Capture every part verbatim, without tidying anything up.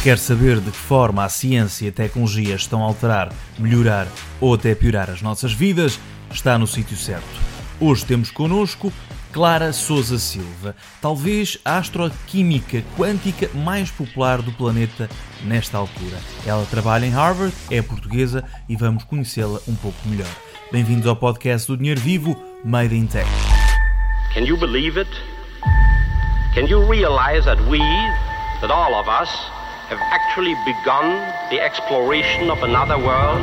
Quer saber de que forma a ciência e a tecnologia estão a alterar, melhorar ou até piorar as nossas vidas? Está no sítio certo. Hoje temos connosco Clara Sousa Silva, talvez a astroquímica quântica mais popular do planeta nesta altura. Ela trabalha em Harvard, é portuguesa e vamos conhecê-la um pouco melhor. Bem-vindos ao podcast do Dinheiro Vivo, Made in Tech. Can you believe it? Can you realize that we, that all of us, have actually begun the exploration of another world?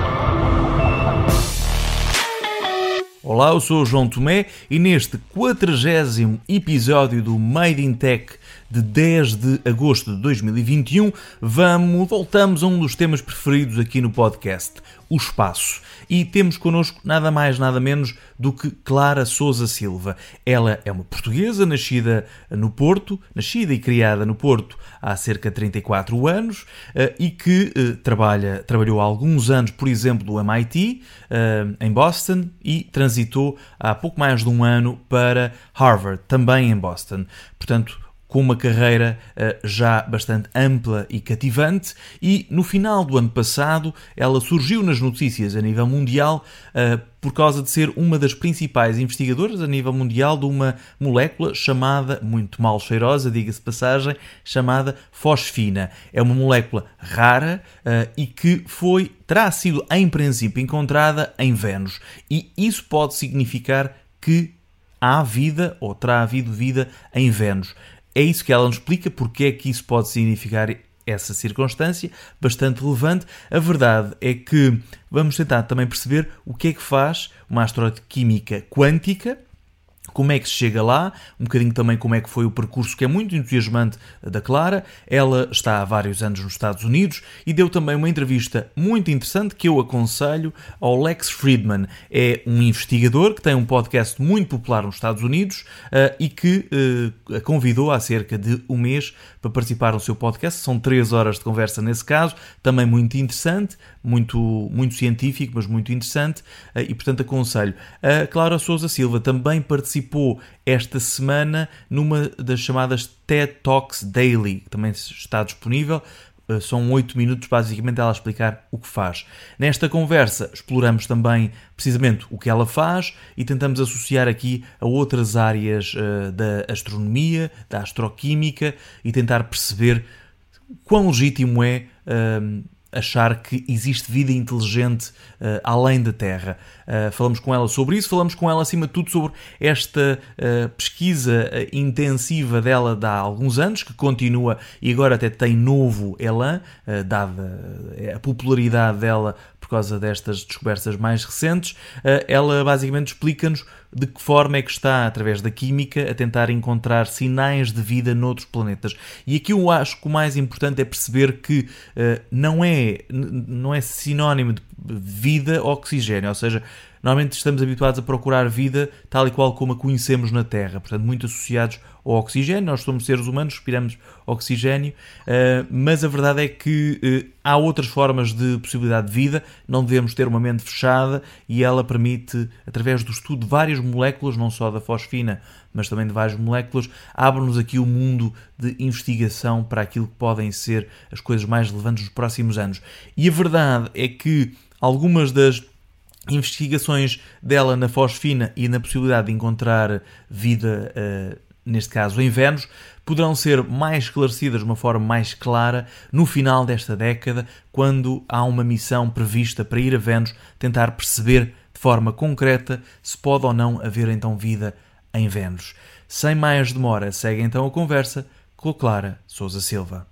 Olá, eu sou o João Tomé e neste quadragésimo episódio do Made in Tech de dez de agosto de dois mil e vinte e um, vamos, voltamos a um dos temas preferidos aqui no podcast, o espaço. E temos connosco nada mais, nada menos do que Clara Sousa Silva. Ela é uma portuguesa, nascida no Porto, nascida e criada no Porto há cerca de trinta e quatro anos e que trabalha, trabalhou há alguns anos, por exemplo, do M I T, em Boston, e transitou há pouco mais de um ano para Harvard, também em Boston. Portanto, com uma carreira uh, já bastante ampla e cativante, e no final do ano passado ela surgiu nas notícias a nível mundial uh, por causa de ser uma das principais investigadoras a nível mundial de uma molécula chamada, muito mal cheirosa, diga-se de passagem, chamada fosfina. É uma molécula rara uh, e que foi, terá sido em princípio encontrada em Vênus, e isso pode significar que há vida ou terá havido vida em Vênus. É isso que ela nos explica, porque é que isso pode significar essa circunstância, bastante relevante. A verdade é que vamos tentar também perceber o que é que faz uma astroquímica quântica, como é que se chega lá, um bocadinho também como é que foi o percurso, que é muito entusiasmante, da Clara. Ela está há vários anos nos Estados Unidos e deu também uma entrevista muito interessante que eu aconselho ao Lex Fridman. É um investigador que tem um podcast muito popular nos Estados Unidos uh, e que uh, a convidou há cerca de um mês para participar no seu podcast. São três horas de conversa nesse caso, também muito interessante, muito, muito científico, mas muito interessante, uh, e portanto aconselho. A Clara Sousa Silva também participou esta semana numa das chamadas TED Talks Daily, que também está disponível. São oito minutos, basicamente, ela a explicar o que faz. Nesta conversa exploramos também precisamente o que ela faz e tentamos associar aqui a outras áreas uh, da astronomia, da astroquímica, e tentar perceber quão legítimo é uh, achar que existe vida inteligente uh, além da Terra. Uh, falamos com ela sobre isso, falamos com ela acima de tudo sobre esta uh, pesquisa uh, intensiva dela de há alguns anos, que continua e agora até tem novo elan, uh, dada uh, a popularidade dela por causa destas descobertas mais recentes. Uh, ela basicamente explica-nos de que forma é que está, através da química, a tentar encontrar sinais de vida noutros planetas. E aqui eu acho que o mais importante é perceber que uh, não é, não é sinónimo de vida oxigênio, ou seja, normalmente estamos habituados a procurar vida tal e qual como a conhecemos na Terra, portanto muito associados ao oxigênio. Nós somos seres humanos, respiramos oxigênio, mas a verdade é que há outras formas de possibilidade de vida, não devemos ter uma mente fechada, e ela permite, através do estudo de várias moléculas, não só da fosfina, mas também de várias moléculas, abre-nos aqui o mundo de investigação para aquilo que podem ser as coisas mais relevantes nos próximos anos. E a verdade é que algumas das investigações dela na fosfina e na possibilidade de encontrar vida, uh, neste caso em Vênus, poderão ser mais esclarecidas de uma forma mais clara no final desta década, quando há uma missão prevista para ir a Vênus, tentar perceber de forma concreta se pode ou não haver então vida em Vênus. Sem mais demora, segue então a conversa com a Clara Sousa Silva.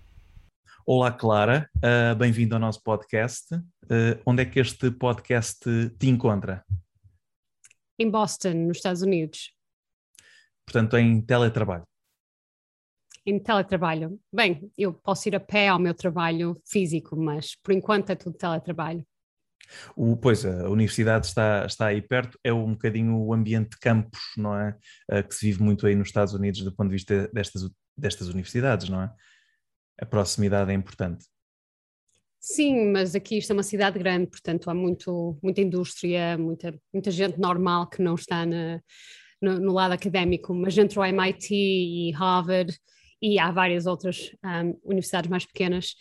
Olá, Clara, uh, bem-vindo ao nosso podcast. Uh, onde é que este podcast te encontra? Em Boston, nos Estados Unidos. Portanto, em teletrabalho. Em teletrabalho. Bem, eu posso ir a pé ao meu trabalho físico, mas por enquanto é tudo teletrabalho. O, pois, a universidade está, está aí perto, é um bocadinho o ambiente de campus, não é? Uh, que se vive muito aí nos Estados Unidos do ponto de vista destas, destas universidades, não é? A proximidade é importante. Sim, mas aqui isto é uma cidade grande, portanto há muito, muita indústria, muita, muita gente normal que não está na, no, no lado académico, mas entre o M I T e Harvard, e há várias outras um, universidades mais pequenas,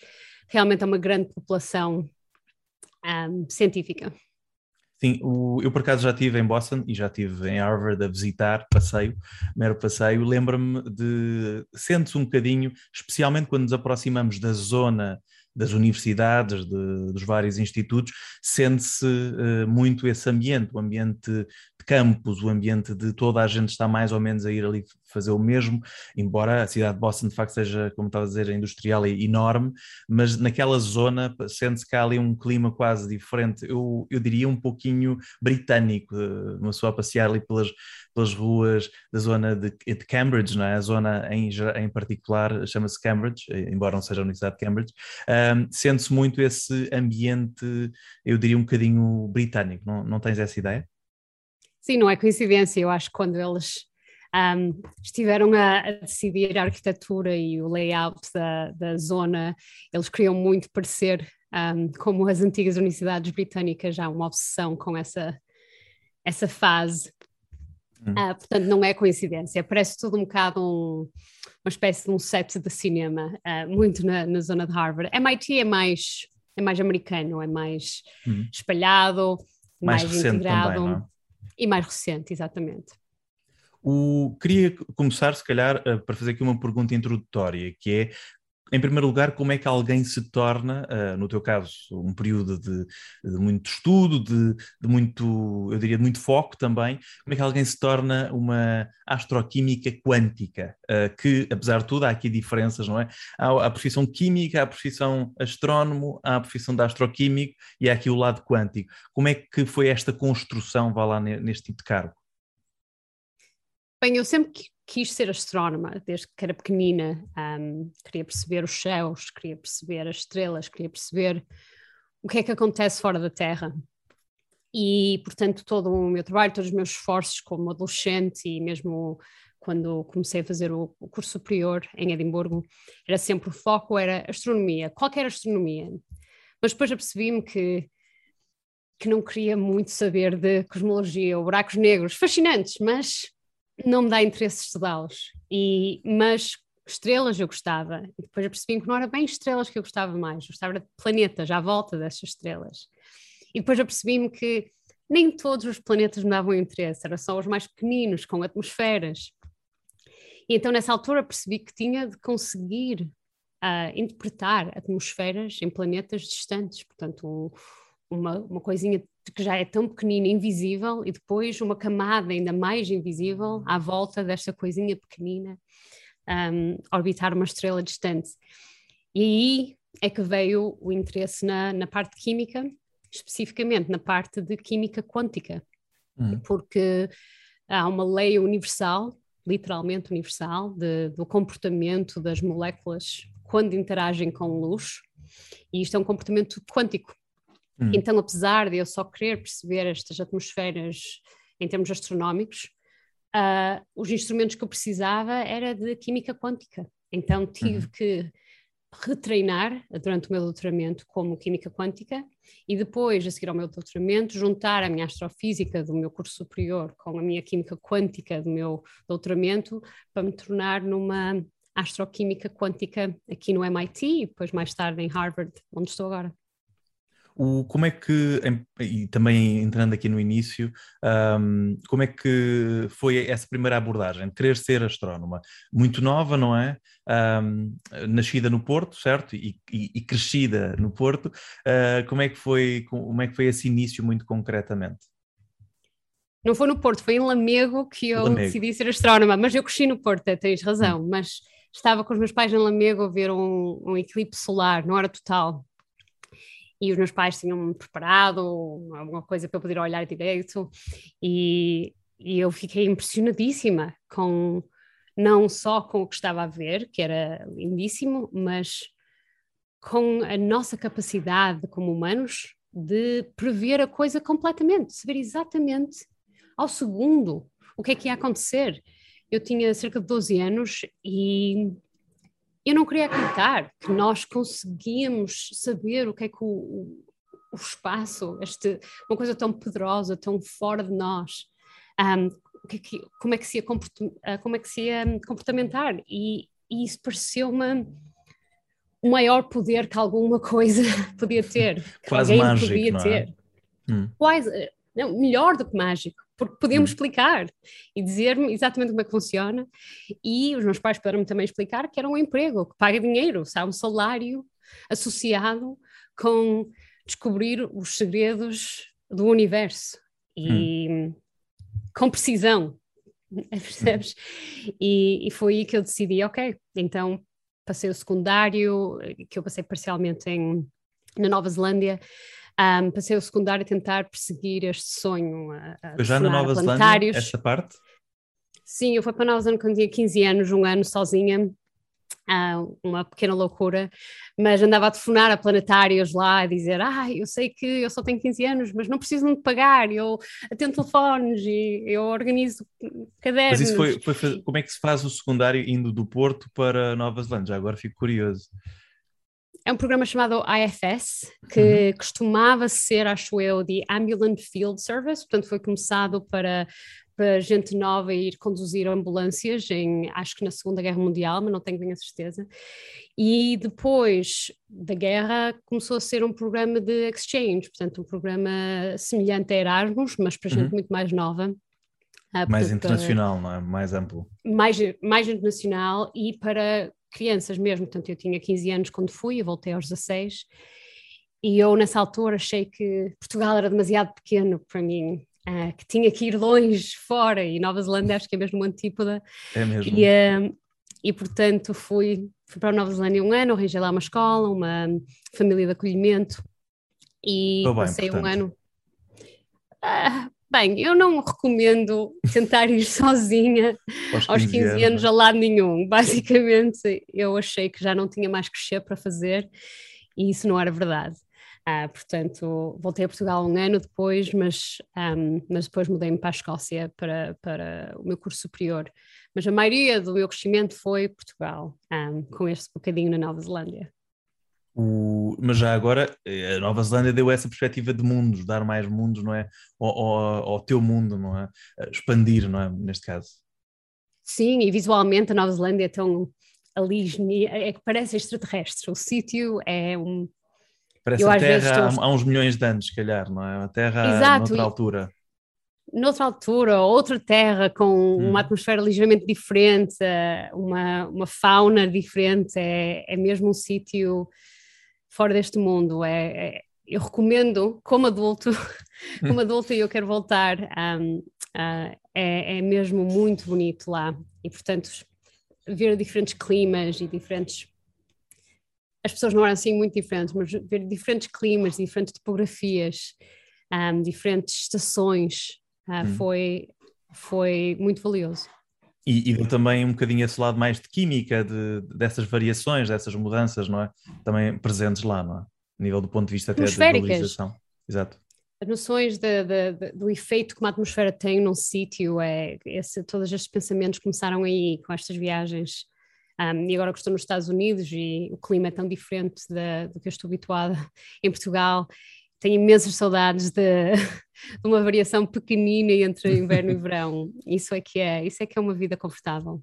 realmente é uma grande população um, científica. Sim, o, eu por acaso já estive em Boston e já estive em Harvard a visitar, passeio, mero passeio. Lembro-me de, sente-se um bocadinho, especialmente quando nos aproximamos da zona das universidades, de, dos vários institutos, sente-se uh, muito esse ambiente, o ambiente de campus, o ambiente de toda a gente está mais ou menos a ir ali fazer o mesmo, embora a cidade de Boston de facto seja, como estava a dizer, industrial e enorme, mas naquela zona sente-se que há ali um clima quase diferente, eu, eu diria um pouquinho britânico, uma pessoa a passear ali pelas, pelas ruas da zona de, de Cambridge, não é? A zona em, em particular chama-se Cambridge, embora não seja a Universidade de Cambridge. Um, sente-se muito esse ambiente, eu diria um bocadinho britânico, não, não tens essa ideia? Sim, não é coincidência, eu acho que quando eles um, estiveram a, a decidir a arquitetura e o layout da, da zona, eles queriam muito parecer um, como as antigas universidades britânicas, já uma obsessão com essa, essa fase. Hum. Uh, portanto, não é coincidência, parece tudo um bocado um, uma espécie de um set de cinema, uh, muito na, na zona de Harvard. M I T é mais, é mais americano, é mais hum. espalhado, mais, mais recente integrado também, não é? E mais recente, exatamente. O, queria começar, se calhar, para fazer aqui uma pergunta introdutória, que é, em primeiro lugar, como é que alguém se torna, uh, no teu caso, um período de, de muito estudo, de, de muito, eu diria, de muito foco também, como é que alguém se torna uma astroquímica quântica, uh, que, apesar de tudo, há aqui diferenças, não é? Há a profissão química, há a profissão astrónomo, há a profissão de astroquímico e há aqui o lado quântico. Como é que foi esta construção, vá lá, neste tipo de cargo? Bem, eu sempre quis ser astrónoma, desde que era pequenina. Um, queria perceber os céus, queria perceber as estrelas, queria perceber o que é que acontece fora da Terra. E, portanto, todo o meu trabalho, todos os meus esforços como adolescente e mesmo quando comecei a fazer o, o curso superior em Edimburgo, era sempre o foco, era astronomia, qualquer astronomia. Mas depois apercebi-me que, que não queria muito saber de cosmologia ou buracos negros, fascinantes, mas não me dá interesse estudá-los, e, mas estrelas eu gostava, e depois eu percebi que não era bem estrelas que eu gostava mais, eu gostava de planetas à volta dessas estrelas, e depois eu percebi-me que nem todos os planetas me davam interesse, eram só os mais pequeninos, com atmosferas, e então nessa altura percebi que tinha de conseguir uh, interpretar atmosferas em planetas distantes, portanto um, uma, uma coisinha que já é tão pequenina, invisível, e depois uma camada ainda mais invisível à volta desta coisinha pequenina, um, orbitar uma estrela distante. E aí é que veio o interesse na, na parte química, especificamente na parte de química quântica, uhum. porque há uma lei universal, literalmente universal, de, do comportamento das moléculas quando interagem com luz, e isto é um comportamento quântico. Hum. Então, apesar de eu só querer perceber estas atmosferas em termos astronómicos, uh, os instrumentos que eu precisava era de química quântica. Então, tive uhum. que retreinar durante o meu doutoramento como química quântica e depois, a seguir ao meu doutoramento, juntar a minha astrofísica do meu curso superior com a minha química quântica do meu doutoramento para me tornar numa astroquímica quântica aqui no M I T e depois mais tarde em Harvard, onde estou agora. O, como é que, e também entrando aqui no início, um, como é que foi essa primeira abordagem, de querer ser astrónoma? Muito nova, não é? Um, nascida no Porto, certo? E, e, e crescida no Porto. Uh, como é que foi, como é que foi esse início muito concretamente? Não foi no Porto, foi em Lamego que eu Lamego. decidi ser astrónoma, mas eu cresci no Porto, tens razão, hum. mas estava com os meus pais em Lamego a ver um, um eclipse solar, não era total. E os meus pais tinham-me preparado alguma coisa para eu poder olhar direito e, e eu fiquei impressionadíssima com, não só com o que estava a ver, que era lindíssimo, mas com a nossa capacidade como humanos de prever a coisa completamente, saber exatamente ao segundo o que é que ia acontecer. Eu tinha cerca de doze anos e eu não queria acreditar que nós conseguíamos saber o que é que o, o, o espaço, este, uma coisa tão poderosa, tão fora de nós, um, o que é que, como, é que se ia comporta, como é que se ia comportamentar. E, e isso pareceu-me o maior poder que alguma coisa podia ter, que Quase alguém mágico, podia não é? ter. Hum. Quase, não, melhor do que mágico, porque podíamos Hum. explicar e dizer-me exatamente como é que funciona, e os meus pais puderam-me também explicar que era um emprego, que paga dinheiro, sabe, um salário associado com descobrir os segredos do universo, e Hum. com precisão, percebes? E, e foi aí que eu decidi, ok, então passei o secundário, que eu passei parcialmente em, na Nova Zelândia, um, passei o secundário a tentar perseguir este sonho, a, a Foi já na telefonar a Nova Zelândia, planetários. essa parte? Sim, eu fui para a Nova Zelândia quando tinha quinze anos, um ano sozinha, uh, uma pequena loucura, mas andava a telefonar a planetários lá, a dizer, ah, eu sei que eu só tenho quinze anos, mas não precisam de pagar, eu atendo telefones e eu organizo cadernos. Mas isso foi, foi, como é que se faz o secundário indo do Porto para Nova Zelândia? Agora fico curioso. É um programa chamado I F S, que uhum. costumava ser, acho eu, de Ambulance Field Service, portanto foi começado para, para gente nova ir conduzir ambulâncias, em, acho que na Segunda Guerra Mundial, mas não tenho bem a certeza. E depois da guerra começou a ser um programa de exchange, portanto um programa semelhante a Erasmus, mas para gente uhum. muito mais nova. Uh, mais portanto, internacional, para, não é? Mais amplo. Mais, mais internacional e para crianças mesmo, portanto eu tinha quinze anos quando fui, eu voltei aos dezasseis, e eu nessa altura achei que Portugal era demasiado pequeno para mim, uh, que tinha que ir longe, fora, e Nova Zelândia acho que é mesmo um antípoda. É mesmo. E, uh, e portanto fui, fui para a Nova Zelândia um ano, arranjei lá uma escola, uma família de acolhimento, e oh, bem, passei portanto. um ano... Uh, Bem, eu não recomendo tentar ir sozinha aos quinze, aos quinze anos a lado nenhum. Basicamente, eu achei que já não tinha mais crescer para fazer e isso não era verdade. Uh, portanto, voltei a Portugal um ano depois, mas, um, mas depois mudei-me para a Escócia para, para o meu curso superior. Mas a maioria do meu crescimento foi Portugal, um, com este bocadinho na Nova Zelândia. O, mas já agora, a Nova Zelândia deu essa perspectiva de mundos, dar mais mundos, não é? Ao, ao, ao teu mundo, não é? Expandir, não é? Neste caso. Sim, e visualmente a Nova Zelândia é tão ali, é que parece extraterrestre. O sítio é um... Parece eu, a Terra estou... há, há uns milhões de anos, se calhar, não é? A Terra Exato, noutra e... altura. Noutra altura, outra terra com hum. uma atmosfera ligeiramente diferente, uma, uma fauna diferente, é, é mesmo um sítio fora deste mundo. É, é, eu recomendo, como adulto, como adulto e eu quero voltar, um, uh, é, é mesmo muito bonito lá. E, portanto, ver diferentes climas e diferentes... As pessoas não eram assim muito diferentes, mas ver diferentes climas, diferentes topografias, um, diferentes estações, uh, hum. foi, foi muito valioso. E, e também um bocadinho esse lado mais de química, de, dessas variações, dessas mudanças, não é? Também presentes lá, não é? A nível do ponto de vista até da valorização. Exato. As noções de, de, de, do efeito que uma atmosfera tem num sítio, é, esse, todos estes pensamentos começaram aí com estas viagens. Um, e agora que estou nos Estados Unidos e o clima é tão diferente de, do que eu estou habituada em Portugal, tenho imensas saudades de, de uma variação pequenina entre inverno e verão. Isso é que é, isso é que é uma vida confortável.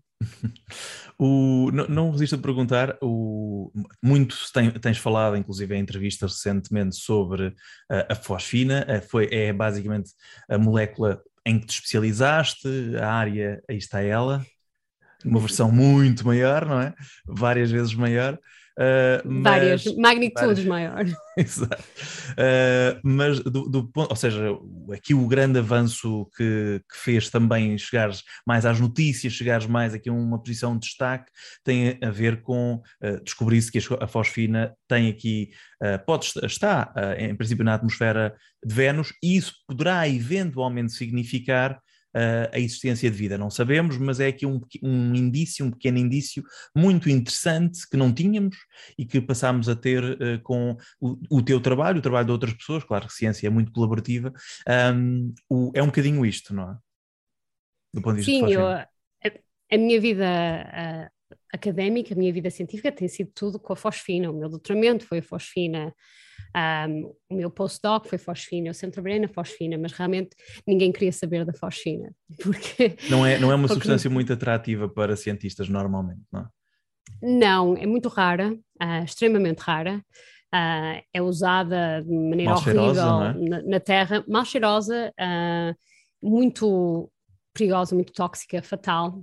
O, não, não resisto a perguntar, o, muito tem, tens falado, inclusive em entrevistas recentemente, sobre a, a fosfina, a, foi, é basicamente a molécula em que te especializaste, a área, aí está ela, uma versão muito maior, não é? Várias vezes maior. Uh, várias, mas, magnitudes várias... maior. Exato. Uh, mas do, do ponto, ou seja, aqui o grande avanço que, que fez também chegares mais às notícias, chegares mais aqui a uma posição de destaque, tem a ver com uh, descobrir-se que a fosfina tem aqui, uh, pode, está uh, em princípio na atmosfera de Vênus, e isso poderá eventualmente significar Uh, a existência de vida. Não sabemos, mas é aqui um, um indício, um pequeno indício muito interessante que não tínhamos e que passámos a ter uh, com o, o teu trabalho, o trabalho de outras pessoas. Claro que a ciência é muito colaborativa. Um, o, é um bocadinho isto, não é? Do ponto de vista Sim, de eu, a, a minha vida uh, académica, a minha vida científica tem sido tudo com a fosfina. O meu doutoramento foi a fosfina. Um, o meu postdoc foi fosfina, eu sempre trabalhei na fosfina, mas realmente ninguém queria saber da fosfina. Porque, não, é, não é uma porque... substância muito atrativa para cientistas normalmente, não é? Não, é muito rara, uh, extremamente rara. Uh, é usada de maneira Mal horrível cheirosa, não é? na, na terra, mal cheirosa, uh, muito perigosa, muito tóxica, fatal.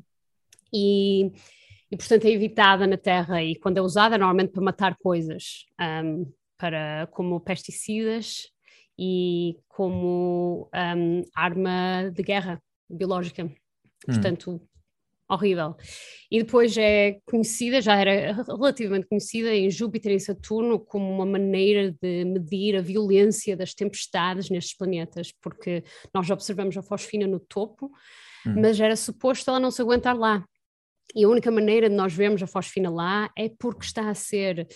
E, e, portanto, é evitada na terra. E quando é usada, é normalmente para matar coisas, um, para, como pesticidas e como um, arma de guerra biológica. Hum. Portanto, horrível. E depois é conhecida, já era relativamente conhecida em Júpiter e Saturno como uma maneira de medir a violência das tempestades nestes planetas, porque nós observamos a fosfina no topo, hum. mas era suposto ela não se aguentar lá. E a única maneira de nós vermos a fosfina lá é porque está a ser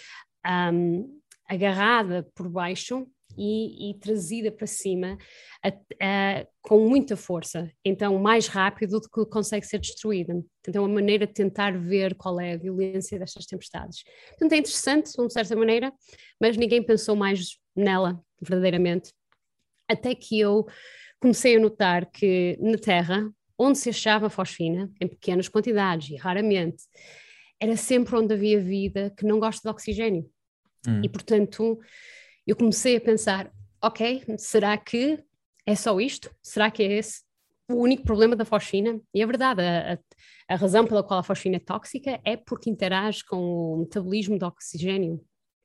um, agarrada por baixo E, e trazida para cima a, a, com muita força, então mais rápido do que consegue ser destruída. Portanto, é uma maneira de tentar ver qual é a violência destas tempestades. Portanto, é interessante, de uma certa maneira, mas ninguém pensou mais nela, verdadeiramente, até que eu comecei a notar que na Terra, onde se achava fosfina, em pequenas quantidades e raramente, era sempre onde havia vida que não gosta de oxigênio. Hum. E, portanto, eu comecei a pensar, ok, será que é só isto? Será que é esse o único problema da fosfina? E é verdade, a, a, a razão pela qual a fosfina é tóxica é porque interage com o metabolismo do oxigênio.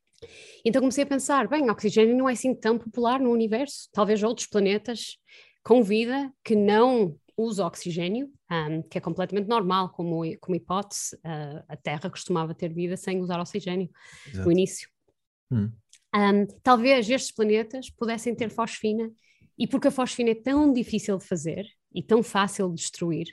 Então comecei a pensar, bem, o oxigênio não é assim tão popular no universo, talvez outros planetas com vida que não usa oxigênio, um, que é completamente normal, como, como hipótese, uh, a Terra costumava ter vida sem usar oxigênio. Exato. No início. Hum. Um, talvez estes planetas pudessem ter fosfina, e porque a fosfina é tão difícil de fazer e tão fácil de destruir,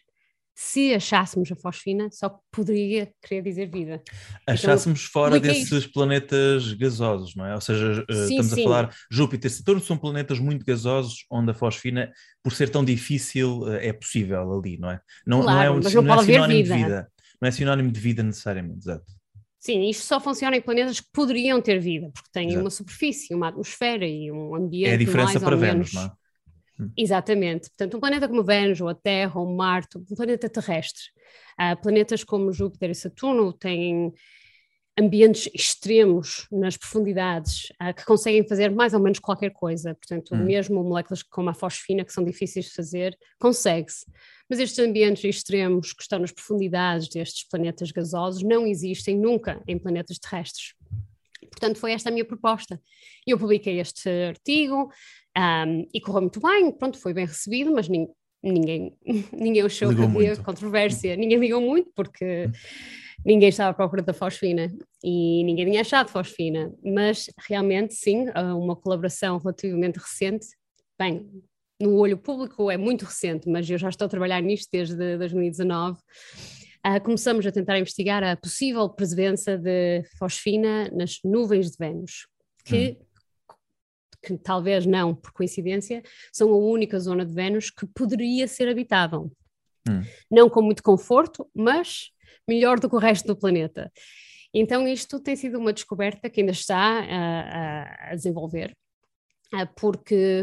se achássemos a fosfina, só poderia querer dizer vida. Achássemos então, fora desses isto. planetas gasosos, não é? Ou seja, sim, estamos sim. a falar, Júpiter e Saturno são planetas muito gasosos, onde a fosfina, por ser tão difícil, é possível ali, não é? Não, claro, não é, um, mas não, não pode é sinónimo vida. de vida. Não é sinónimo de vida necessariamente, exato. Sim, isto só funciona em planetas que poderiam ter vida, porque têm Exato. uma superfície, uma atmosfera e um ambiente é a diferença mais para ou Vênus, menos... não é? Hum. Exatamente. Portanto, um planeta como Vênus, ou a Terra, ou Marte, um planeta terrestre. Uh, planetas como Júpiter e Saturno têm ambientes extremos nas profundidades uh, que conseguem fazer mais ou menos qualquer coisa. Portanto, hum. mesmo moléculas como a fosfina, que são difíceis de fazer, consegue-se. Mas estes ambientes extremos que estão nas profundidades destes planetas gasosos não existem nunca em planetas terrestres. Portanto, foi esta a minha proposta. Eu publiquei este artigo um, e correu muito bem, pronto, foi bem recebido, mas ninguém, ninguém, ninguém achou ligou que havia muito. controvérsia. Ninguém ligou muito porque ninguém estava à procura da fosfina e ninguém tinha achado fosfina. Mas realmente, sim, uma colaboração relativamente recente, bem, no olho público é muito recente, mas eu já estou a trabalhar nisto desde dois mil e dezanove. Uh, começamos a tentar investigar a possível presença de fosfina nas nuvens de Vênus, que, hum. que talvez não, por coincidência, são a única zona de Vênus que poderia ser habitável. Hum. Não com muito conforto, mas melhor do que o resto do planeta. Então isto tem sido uma descoberta que ainda está uh, a desenvolver, uh, porque...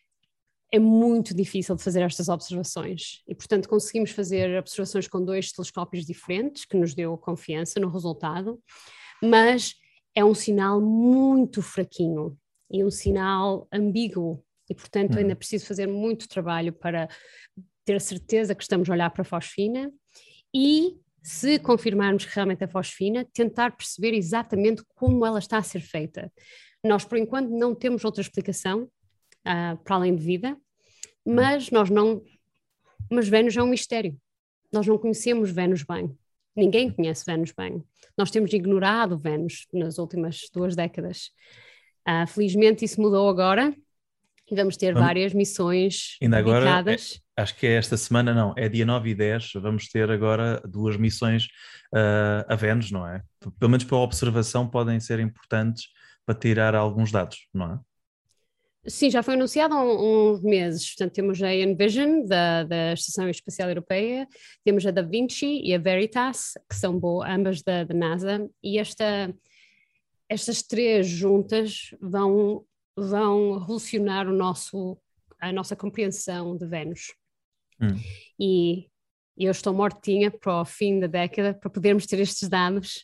é muito difícil de fazer estas observações e, portanto, conseguimos fazer observações com dois telescópios diferentes, que nos deu confiança no resultado, mas é um sinal muito fraquinho e um sinal ambíguo e, portanto, ainda é preciso fazer muito trabalho para ter a certeza que estamos a olhar para a fosfina e, se confirmarmos que realmente é fosfina, tentar perceber exatamente como ela está a ser feita. Nós, por enquanto, não temos outra explicação Uh, para além de vida, mas nós não, mas Vênus é um mistério, nós não conhecemos Vênus bem, ninguém conhece Vênus bem, nós temos ignorado Vênus nas últimas duas décadas, uh, felizmente isso mudou agora e vamos ter vamos, várias missões ainda dedicadas. Agora, é, acho que é esta semana, não, é dia nove e dez, vamos ter agora duas missões uh, a Vênus, não é? Pelo menos para a observação podem ser importantes para tirar alguns dados, não é? Sim, já foi anunciado há uns meses. Portanto, temos a Envision, da, da Estação Espacial Europeia, temos a Da Vinci e a Veritas, que são boas, ambas da, da NASA, e esta, estas três juntas vão, vão revolucionar o nosso, a nossa compreensão de Vênus. Hum. E eu estou mortinha para o fim da década para podermos ter estes dados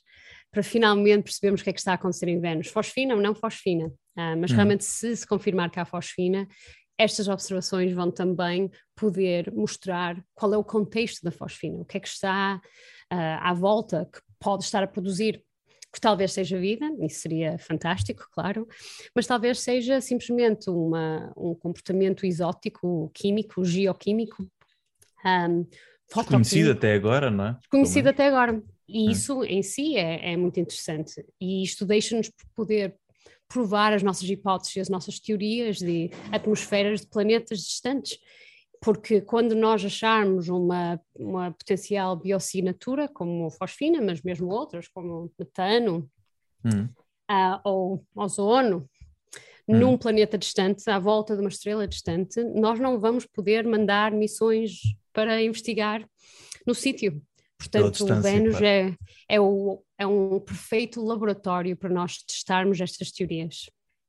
para finalmente percebermos o que é que está a acontecer em Vênus. Fosfina ou não fosfina, uh, mas hum. realmente se se confirmar que há fosfina, estas observações vão também poder mostrar qual é o contexto da fosfina, o que é que está uh, à volta, que pode estar a produzir, que talvez seja vida, isso seria fantástico, claro, mas talvez seja simplesmente uma, um comportamento exótico, químico, geoquímico, um, desconhecido até agora, não é? Desconhecido até agora, e hum. isso em si é, é muito interessante, e isto deixa-nos poder provar as nossas hipóteses, as nossas teorias de atmosferas de planetas distantes, porque quando nós acharmos uma, uma potencial bioassinatura, como fosfina, mas mesmo outras, como metano hum. uh, ou ozono, hum. num planeta distante, à volta de uma estrela distante, nós não vamos poder mandar missões para investigar no sítio. Portanto, o Vênus claro. é, é, o, é um perfeito laboratório para nós testarmos estas teorias.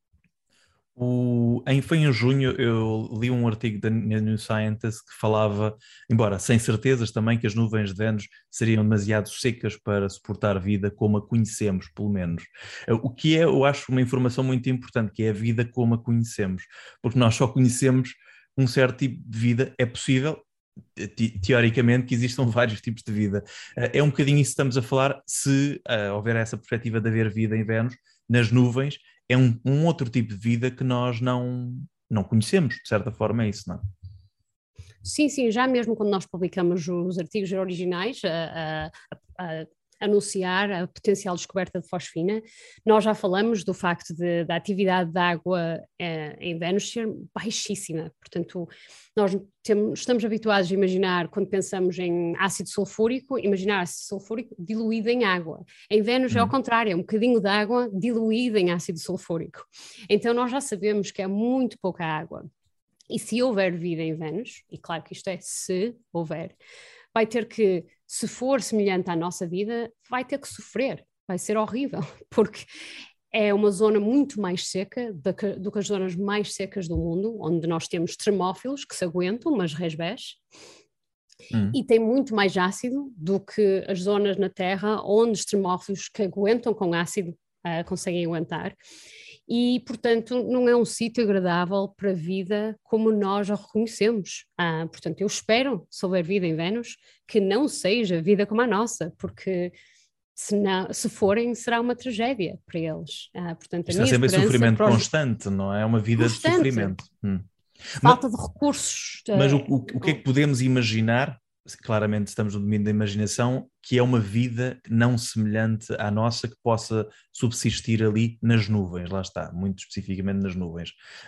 O, em, foi em junho eu li um artigo da New Scientist que falava, embora sem certezas também, que as nuvens de Vênus seriam demasiado secas para suportar vida como a conhecemos, pelo menos. O que é, eu acho, uma informação muito importante, que é a vida como a conhecemos, porque nós só conhecemos um certo tipo de vida. É possível, te, teoricamente, que existam vários tipos de vida. É um bocadinho isso que estamos a falar, se uh, houver essa perspectiva de haver vida em Vênus, nas nuvens, é um, um outro tipo de vida que nós não, não conhecemos, de certa forma é isso, não é? Sim, sim, já mesmo quando nós publicamos os artigos originais a, a, a, a anunciar a potencial descoberta de fosfina, nós já falamos do facto de, da atividade da água eh, em Vênus ser baixíssima, portanto nós temos, estamos habituados a imaginar, quando pensamos em ácido sulfúrico, imaginar ácido sulfúrico diluído em água. Em Vênus hum. é ao contrário, é um bocadinho de água diluída em ácido sulfúrico. Então nós já sabemos que é muito pouca água. E se houver vida em Vênus, e claro que isto é se houver, vai ter que, se for semelhante à nossa vida, vai ter que sofrer, vai ser horrível, porque é uma zona muito mais seca do que, do que as zonas mais secas do mundo, onde nós temos termófilos que se aguentam, mas resbés, hum. e tem muito mais ácido do que as zonas na Terra onde os termófilos que aguentam com ácido uh, conseguem aguentar. E, portanto, não é um sítio agradável para a vida como nós a reconhecemos. Ah, portanto, eu espero, se houver vida em Vênus, que não seja vida como a nossa, porque se, não, se forem, será uma tragédia para eles. Ah, portanto, Está sempre em sofrimento os... constante, não é? É uma vida constante. De sofrimento. Hum. Falta mas, de recursos. Mas o, o, o que é que podemos imaginar? Claramente estamos no domínio da imaginação, que é uma vida não semelhante à nossa, que possa subsistir ali nas nuvens, lá está, muito especificamente nas nuvens.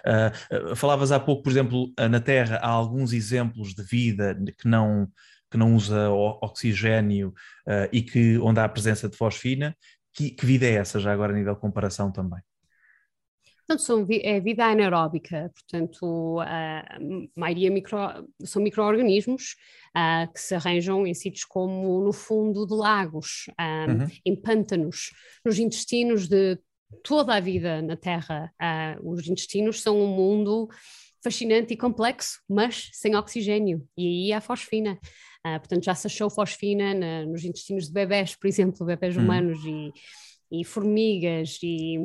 Uh, uh, falavas há pouco, por exemplo, uh, na Terra há alguns exemplos de vida que não, que não usa o, oxigênio uh, e que, onde há a presença de fosfina. Que, que vida é essa, já agora a nível de comparação também? Portanto, são, é vida anaeróbica, portanto, a maioria micro, são micro-organismos uh, que se arranjam em sítios como no fundo de lagos, um, uhum. em pântanos, nos intestinos de toda a vida na Terra. Uh, os intestinos são um mundo fascinante e complexo, mas sem oxigênio, e aí há fosfina. Uh, portanto, já se achou fosfina na, nos intestinos de bebés, por exemplo, bebés uhum. humanos e, e formigas e...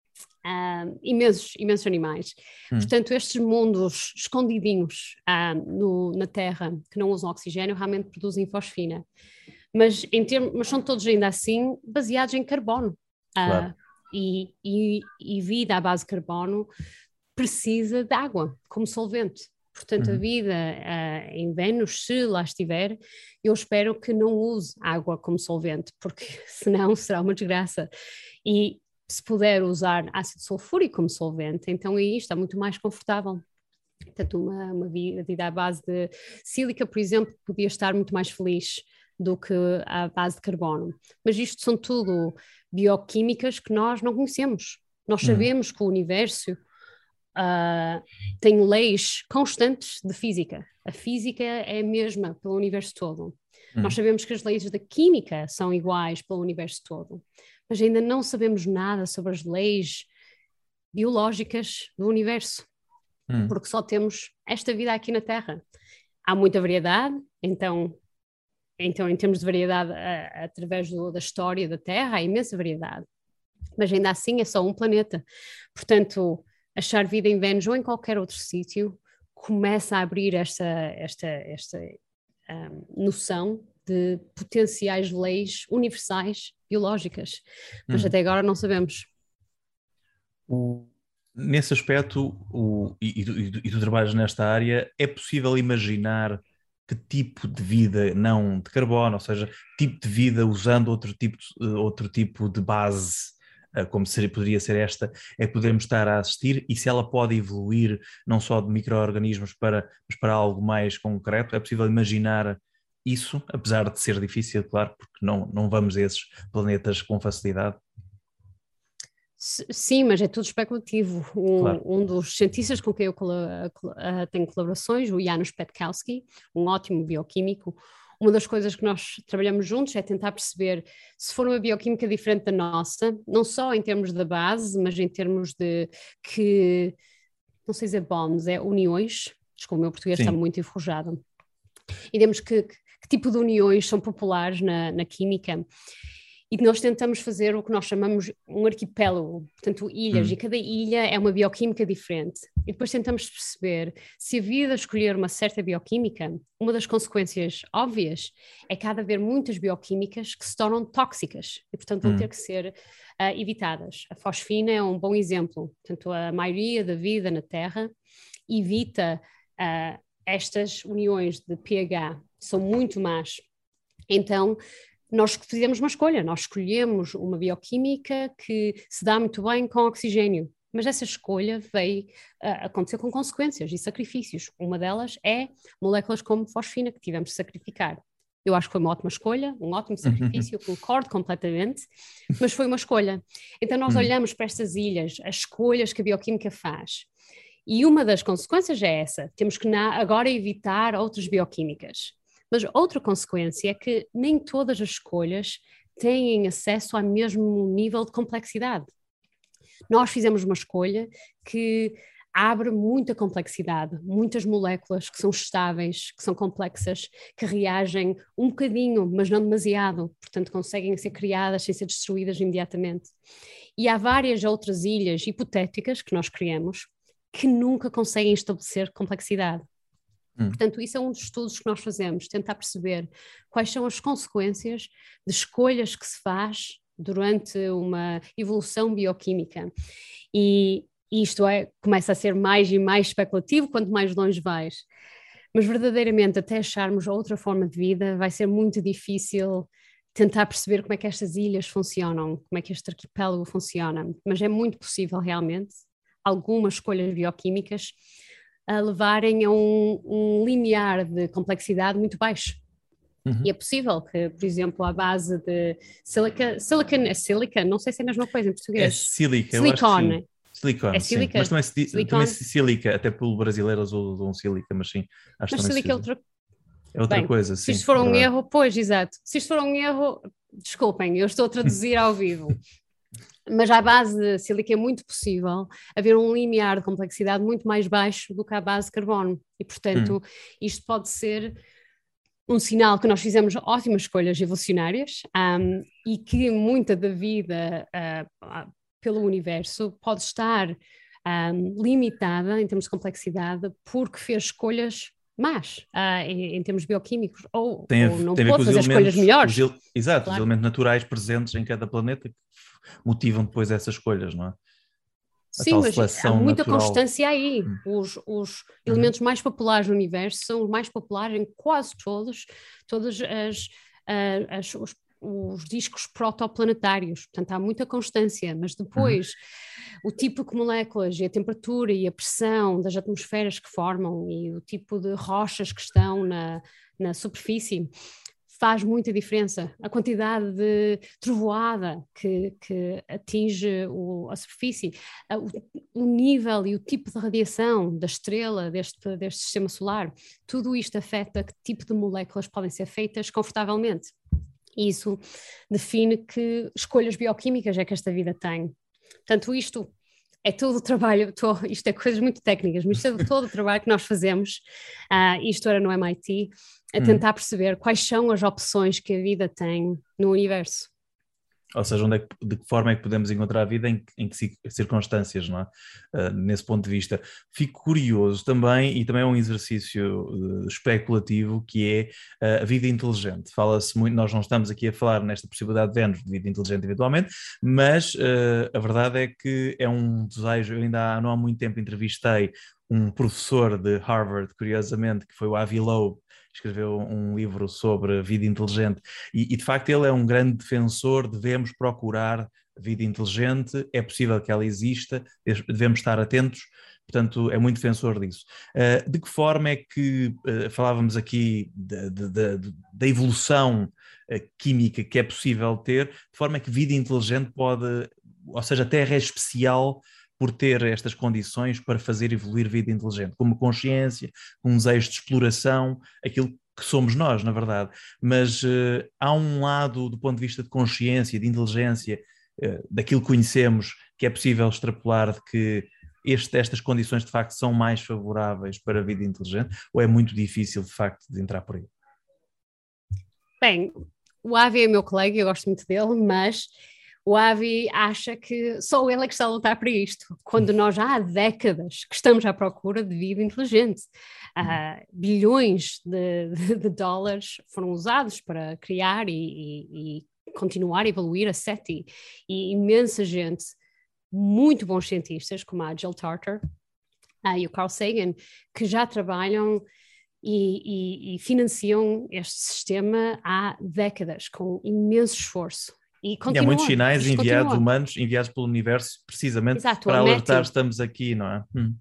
Uh, imensos, imensos animais. Hum. Portanto, estes mundos escondidinhos uh, no, na Terra, que não usam oxigênio, realmente produzem fosfina. Mas, em termos, mas são todos ainda assim baseados em carbono. Claro. Uh, e, e, e vida à base de carbono precisa de água como solvente. Portanto, uhum. a vida uh, em Vênus, se lá estiver, eu espero que não use água como solvente, porque senão será uma desgraça. E se puder usar ácido sulfúrico como solvente, então aí está muito mais confortável. Portanto, uma, uma vida à base de sílica, por exemplo, podia estar muito mais feliz do que a base de carbono. Mas isto são tudo bioquímicas que nós não conhecemos. Nós sabemos hum. que o universo uh, tem leis constantes de física. A física é a mesma pelo universo todo. Hum. Nós sabemos que as leis da química são iguais pelo universo todo. Mas ainda não sabemos nada sobre as leis biológicas do universo, hum. porque só temos esta vida aqui na Terra. Há muita variedade, então então, em termos de variedade, a, através do, da história da Terra, há imensa variedade. Mas ainda assim é só um planeta. Portanto, achar vida em Vênus ou em qualquer outro sítio começa a abrir esta, esta, esta um, noção de potenciais leis universais biológicas. Mas hum. até agora não sabemos. O, nesse aspecto, o, e, e, tu, e tu trabalhas nesta área, é possível imaginar que tipo de vida, não de carbono, ou seja, tipo de vida usando outro tipo de, outro tipo de base, como seria, poderia ser esta, é que podemos estar a assistir, e se ela pode evoluir não só de micro-organismos para, mas para algo mais concreto, é possível imaginar isso, apesar de ser difícil, claro, porque não, não vamos a esses planetas com facilidade. Sim, mas é tudo especulativo. Um, Claro. um dos cientistas com quem eu uh, tenho colaborações, o Janusz Petkowski, um ótimo bioquímico, uma das coisas que nós trabalhamos juntos é tentar perceber se for uma bioquímica diferente da nossa, não só em termos da base, mas em termos de que, não sei dizer bonds, é uniões, desculpa, o meu português Sim. está muito enferrujado, e temos que, que, que tipo de uniões são populares na, na química. E nós tentamos fazer o que nós chamamos um arquipélago, portanto ilhas, hum. e cada ilha é uma bioquímica diferente. E depois tentamos perceber se a vida escolher uma certa bioquímica, uma das consequências óbvias é que há de haver muitas bioquímicas que se tornam tóxicas e, portanto, vão hum. ter que ser uh, evitadas. A fosfina é um bom exemplo. Portanto, a maioria da vida na Terra evita uh, estas uniões de pH, são muito más. Então, nós fizemos uma escolha, nós escolhemos uma bioquímica que se dá muito bem com oxigênio, mas essa escolha veio uh, acontecer com consequências e sacrifícios. Uma delas é moléculas como fosfina, que tivemos de sacrificar. Eu acho que foi uma ótima escolha, um ótimo sacrifício, eu concordo completamente, mas foi uma escolha. Então nós olhamos para estas ilhas, as escolhas que a bioquímica faz, e uma das consequências é essa, temos que agora evitar outras bioquímicas. Mas outra consequência é que nem todas as escolhas têm acesso ao mesmo nível de complexidade. Nós fizemos uma escolha que abre muita complexidade, muitas moléculas que são estáveis, que são complexas, que reagem um bocadinho, mas não demasiado, portanto conseguem ser criadas sem ser destruídas imediatamente. E há várias outras ilhas hipotéticas que nós criamos que nunca conseguem estabelecer complexidade. Portanto, isso é um dos estudos que nós fazemos, tentar perceber quais são as consequências de escolhas que se faz durante uma evolução bioquímica. E isto é, começa a ser mais e mais especulativo quanto mais longe vais. Mas verdadeiramente, até acharmos outra forma de vida, vai ser muito difícil tentar perceber como é que estas ilhas funcionam, como é que este arquipélago funciona. Mas é muito possível realmente algumas escolhas bioquímicas a levarem a um, um limiar de complexidade muito baixo. Uhum. E é possível que, por exemplo, à base de sílica, silicon, é sílica, não sei se é a mesma coisa em português. É sílica, silicone. Eu acho que sim. Silicone, é sílica? Sim. Mas também, se, também se sílica, até pelo brasileiro eles usam sílica, mas sim. Acho mas também sílica é outra, é outra Bem, coisa, se sim. isto for um verdade. erro, pois, exato. Se isto for um erro, desculpem, eu estou a traduzir ao vivo. Mas à base de sílica é muito possível haver um limiar de complexidade muito mais baixo do que à base de carbono. E, portanto, hum. isto pode ser um sinal que nós fizemos ótimas escolhas evolucionárias um, e que muita da vida uh, pelo universo pode estar um, limitada em termos de complexidade porque fez escolhas más uh, em, em termos bioquímicos ou, tem a, ou não tem pode fazer escolhas melhores. Os, exato, claro. Os elementos naturais presentes em cada planeta que motivam depois essas escolhas, não é? A Sim, mas há muita natural. constância aí. Os, os uhum. elementos mais populares do universo são os mais populares em quase todos, todos as, as, os, os discos protoplanetários. Portanto, há muita constância, mas depois uhum. o tipo de moléculas e a temperatura e a pressão das atmosferas que formam e o tipo de rochas que estão na, na superfície faz muita diferença. A quantidade de trovoada que, que atinge o, a superfície, o, o nível e o tipo de radiação da estrela deste, deste sistema solar, tudo isto afeta que tipo de moléculas podem ser feitas confortavelmente. E isso define que escolhas bioquímicas é que esta vida tem. Portanto, isto é todo o trabalho, tô, isto é coisas muito técnicas, mas isto é todo o trabalho que nós fazemos, uh, isto era no M I T, a tentar hum. perceber quais são as opções que a vida tem no universo. Ou seja, onde é que, de que forma é que podemos encontrar a vida, em, em que circunstâncias, não é? Uh, nesse ponto de vista. Fico curioso também, e também é um exercício uh, especulativo, que é uh, a vida inteligente. Fala-se muito, nós não estamos aqui a falar nesta possibilidade de Vênus de vida inteligente eventualmente, mas uh, a verdade é que é um desejo. Eu ainda há, não há muito tempo entrevistei um professor de Harvard, curiosamente, que foi o Avi Loeb, escreveu um livro sobre a vida inteligente e, e de facto ele é um grande defensor. Devemos procurar vida inteligente, é possível que ela exista, devemos estar atentos, portanto é muito defensor disso. Uh, de que forma é que, uh, falávamos aqui da, da, da evolução uh, química que é possível ter, de forma é que vida inteligente pode, ou seja, a Terra é especial por ter estas condições para fazer evoluir vida inteligente, com uma consciência, com um desejo de exploração, aquilo que somos nós, na verdade. Mas uh, há um lado, do ponto de vista de consciência, de inteligência, uh, daquilo que conhecemos, que é possível extrapolar de que este, estas condições, de facto, são mais favoráveis para a vida inteligente, ou é muito difícil, de facto, de entrar por aí? Bem, o Avi é meu colega, eu gosto muito dele, mas o Avi acha que só ele é que está a lutar para isto, quando nós já há décadas que estamos à procura de vida inteligente. Uh, bilhões de, de, de dólares foram usados para criar e, e, e continuar a evoluir a SETI, e imensa gente, muito bons cientistas, como a Jill Tarter uh, e o Carl Sagan, que já trabalham e, e, e financiam este sistema há décadas, com imenso esforço. E, e há muitos sinais enviados, continua. humanos, enviados pelo universo, precisamente Exato, para alertar, estamos aqui, não é? Hum.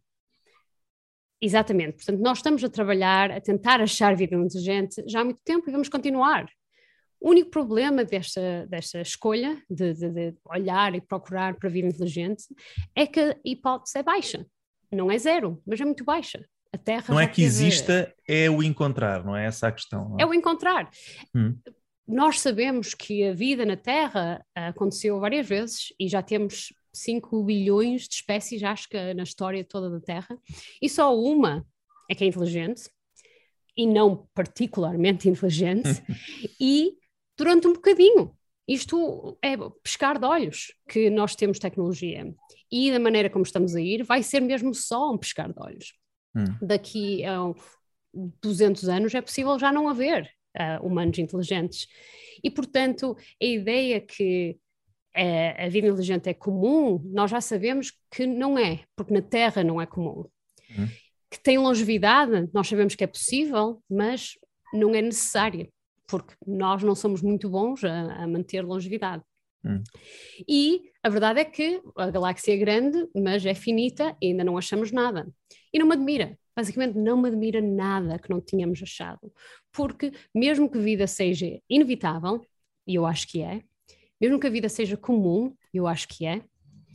Exatamente, portanto nós estamos a trabalhar, a tentar achar vida inteligente já há muito tempo e vamos continuar. O único problema desta, desta escolha de, de, de olhar e procurar para a vida inteligente é que a hipótese é baixa, não é zero, mas é muito baixa. A Terra não é que teve... exista, é o encontrar, não é essa a questão? Não é? é o encontrar. Hum. Nós sabemos que a vida na Terra aconteceu várias vezes e já temos cinco bilhões de espécies, acho que na história toda da Terra, e só uma é que é inteligente, e não particularmente inteligente, e durante um bocadinho. Isto é pescar de olhos que nós temos tecnologia, e da maneira como estamos a ir, vai ser mesmo só um pescar de olhos. Hum. Daqui a duzentos anos é possível já não haver uh, humanos inteligentes. E, portanto, a ideia que uh, a vida inteligente é comum, nós já sabemos que não é, porque na Terra não é comum. Hum. Que tem longevidade, nós sabemos que é possível, mas não é necessária, porque nós não somos muito bons a, a manter longevidade. Hum. E a verdade é que a galáxia é grande, mas é finita e ainda não achamos nada. E não me admira, basicamente não me admira nada que não tínhamos achado, porque mesmo que a vida seja inevitável, e eu acho que é, mesmo que a vida seja comum, eu acho que é,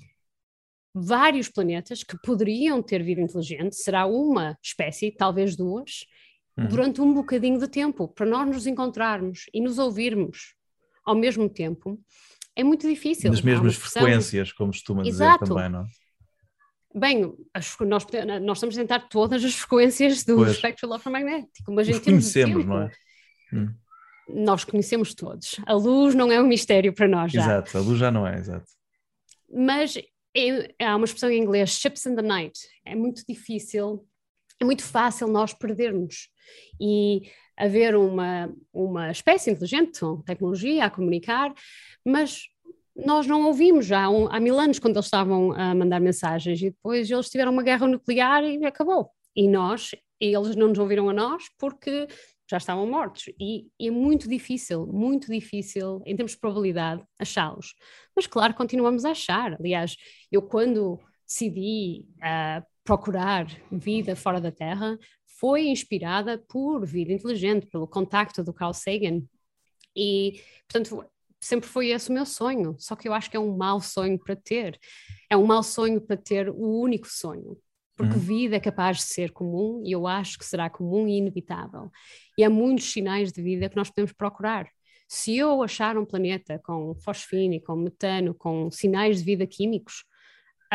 vários planetas que poderiam ter vida inteligente, será uma espécie, talvez duas, hum. durante um bocadinho de tempo, para nós nos encontrarmos e nos ouvirmos ao mesmo tempo. É muito difícil. Nas mesmas frequências, como costuma Exato. dizer também, não? Bem, as, nós, nós estamos a tentar todas as frequências do pois. espectro eletromagnético, mas Os em termos de conhecemos, tempo, não é? Hum. Nós conhecemos todos. A luz não é um mistério para nós já. Exato, a luz já não é, exato. Mas é, há uma expressão em inglês, ships in the night. É muito difícil, é muito fácil nós perdermos e haver uma, uma espécie inteligente, com tecnologia a comunicar, mas nós não ouvimos já há, um, há mil anos quando eles estavam a mandar mensagens e depois eles tiveram uma guerra nuclear e acabou. E nós, eles não nos ouviram a nós porque já estavam mortos. E, e é muito difícil, muito difícil, em termos de probabilidade, achá-los. Mas claro, continuamos a achar. Aliás, eu quando decidi uh, procurar vida fora da Terra, foi inspirada por vida inteligente, pelo contacto do Carl Sagan. E, portanto, sempre foi esse o meu sonho, só que eu acho que é um mau sonho para ter. É um mau sonho para ter o único sonho, porque uhum. vida é capaz de ser comum e eu acho que será comum e inevitável. E há muitos sinais de vida que nós podemos procurar. Se eu achar um planeta com fosfina, com metano, com sinais de vida químicos, a,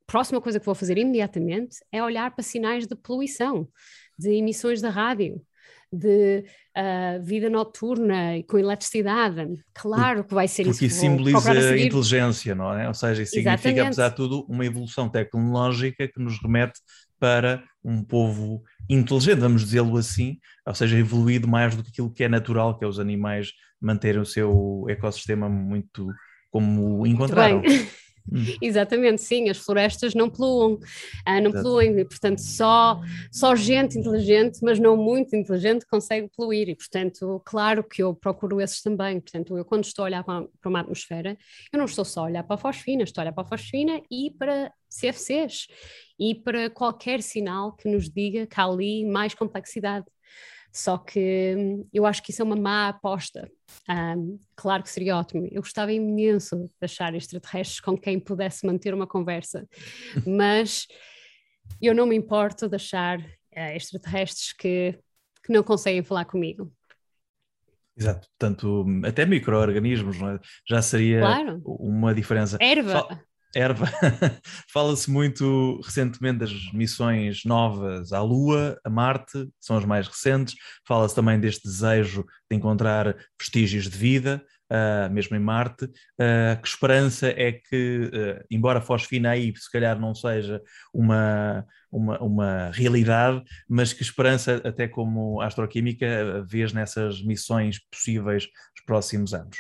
próxima coisa que vou fazer imediatamente é olhar para sinais de poluição, de emissões de rádio, de uh, vida noturna e com eletricidade. Claro que vai ser Porque isso isso que vou procurar a simboliza seguir. inteligência, não é? Ou seja, isso significa, Exatamente. apesar de tudo, uma evolução tecnológica que nos remete para um povo inteligente, vamos dizê-lo assim, ou seja, evoluído mais do que aquilo que é natural, que é os animais manterem o seu ecossistema muito como encontraram. Muito bem. Hum. Exatamente, sim, as florestas não poluam, ah, não Exato. poluem, e portanto só, só gente inteligente, mas não muito inteligente, consegue poluir, e portanto, claro que eu procuro esses também. Portanto, eu quando estou a olhar para, para uma atmosfera, eu não estou só a olhar para a fosfina, estou a olhar para a fosfina e para C F Cs, e para qualquer sinal que nos diga que há ali mais complexidade. Só que eu acho que isso é uma má aposta. Um, claro que seria ótimo. Eu gostava imenso de achar extraterrestres com quem pudesse manter uma conversa, mas eu não me importo de achar uh, extraterrestres que, que não conseguem falar comigo. Exato, portanto, até micro-organismos, não é? Já seria Claro. uma diferença. Erva. Fal- Erva. Fala-se muito recentemente das missões novas à Lua, a Marte, são as mais recentes. Fala-se também deste desejo de encontrar vestígios de vida, uh, mesmo em Marte. Uh, que esperança é que, uh, embora a fosfina aí se calhar não seja uma, uma, uma realidade, mas que esperança, até como astroquímica, vês nessas missões possíveis nos próximos anos?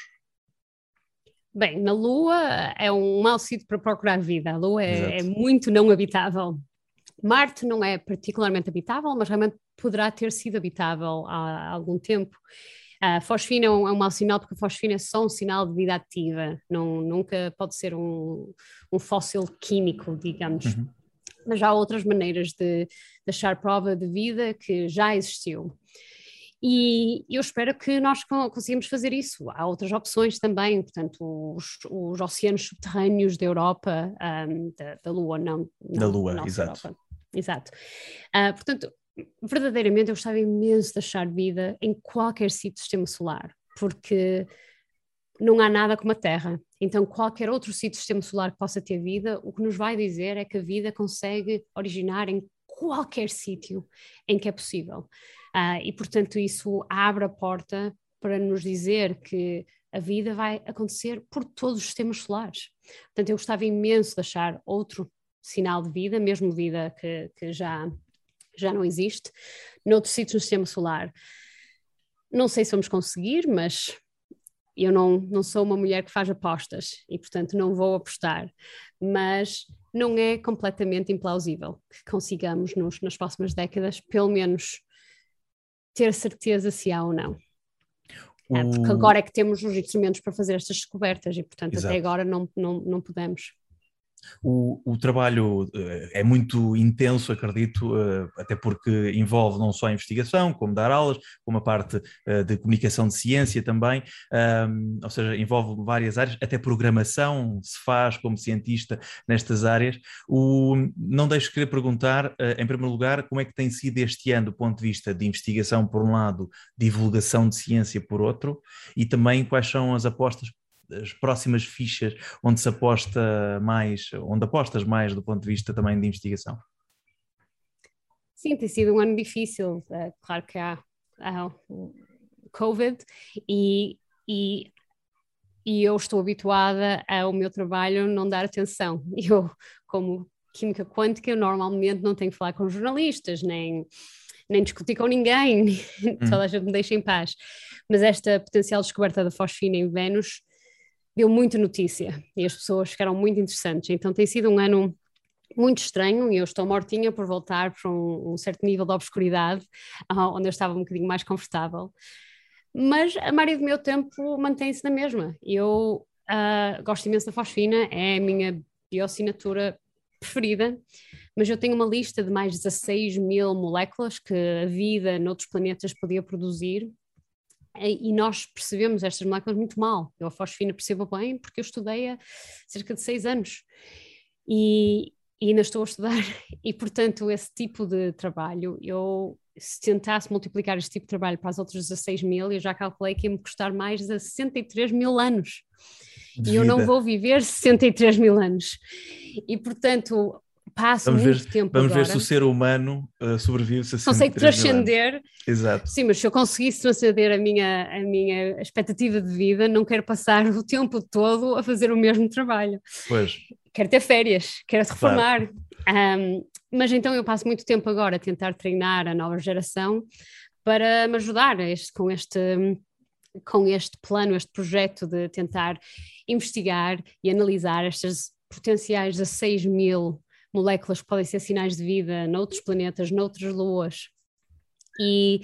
Bem, na Lua é um mau sítio para procurar vida. A Lua é, é muito não habitável. Marte não é particularmente habitável, mas realmente poderá ter sido habitável há, há algum tempo. A fosfina é um, é um mau sinal, porque a fosfina é só um sinal de vida ativa, não, nunca pode ser um, um fóssil químico, digamos. Uhum. Mas há outras maneiras de deixar prova de vida que já existiu. E eu espero que nós consigamos fazer isso. Há outras opções também, portanto, os, os oceanos subterrâneos da Europa, um, da, da Lua, não, não da Lua, nossa exato. Europa. Exato. Uh, portanto, verdadeiramente eu gostava imenso de achar vida em qualquer sítio do sistema solar, porque não há nada como a Terra. Então, qualquer outro sítio do sistema solar que possa ter vida, o que nos vai dizer é que a vida consegue originar em qualquer sítio em que é possível. Uh, e, portanto, isso abre a porta para nos dizer que a vida vai acontecer por todos os sistemas solares. Portanto, eu gostava imenso de achar outro sinal de vida, mesmo vida que, que já, já não existe, noutros sítios do sistema solar. Não sei se vamos conseguir, mas eu não, não sou uma mulher que faz apostas e, portanto, não vou apostar. Mas não é completamente implausível que consigamos, nos, nas próximas décadas, pelo menos ter certeza se há ou não. O... É, porque agora é que temos os instrumentos para fazer estas descobertas e, portanto, Exato. Até agora não, não, não podemos. O, o trabalho uh, é muito intenso, acredito, uh, até porque envolve não só a investigação, como dar aulas, como a parte uh, de comunicação de ciência também, um, ou seja, envolve várias áreas, até programação se faz como cientista nestas áreas. O, não deixo de querer perguntar, uh, em primeiro lugar, como é que tem sido este ano do ponto de vista de investigação por um lado, divulgação de ciência por outro, e também quais são as apostas, as próximas fichas onde se aposta mais, onde apostas mais do ponto de vista também de investigação? Sim, tem sido um ano difícil, é, claro que há, há o Covid e, e, e eu estou habituada ao meu trabalho não dar atenção. Eu, como química quântica, eu normalmente não tenho que falar com jornalistas, nem, nem discutir com ninguém, hum. Toda a gente me deixa em paz. Mas esta potencial descoberta da fosfina em Vênus deu muita notícia e as pessoas ficaram muito interessantes, então tem sido um ano muito estranho e eu estou mortinha por voltar para um, um certo nível de obscuridade, uh, onde eu estava um bocadinho mais confortável, mas a maioria do meu tempo mantém-se na mesma. Eu uh, gosto imenso da fosfina, é a minha bioassinatura preferida, mas eu tenho uma lista de mais de dezasseis mil moléculas que a vida noutros planetas podia produzir. E nós percebemos estas moléculas muito mal. Eu a fosfina percebo bem porque eu estudei há cerca de seis anos e, e ainda estou a estudar e, portanto, esse tipo de trabalho, eu se tentasse multiplicar este tipo de trabalho para as outras dezasseis mil, eu já calculei que ia me custar mais de sessenta e três mil anos. De e eu não vida. vou viver sessenta e três mil anos. E, portanto, passo Vamos muito ver, tempo vamos agora. ver se o ser humano uh, sobrevive Consegue sessenta e três mil anos. transcender. Exato. Sim, mas se eu conseguisse transcender a minha, a minha expectativa de vida, não quero passar o tempo todo a fazer o mesmo trabalho. Pois. Quero ter férias, quero reformar. Claro. Um, mas então eu passo muito tempo agora a tentar treinar a nova geração para me ajudar este, com, este, com este plano, este projeto de tentar investigar e analisar estas potenciais dezasseis mil moléculas que podem ser sinais de vida noutros planetas, noutras luas. E,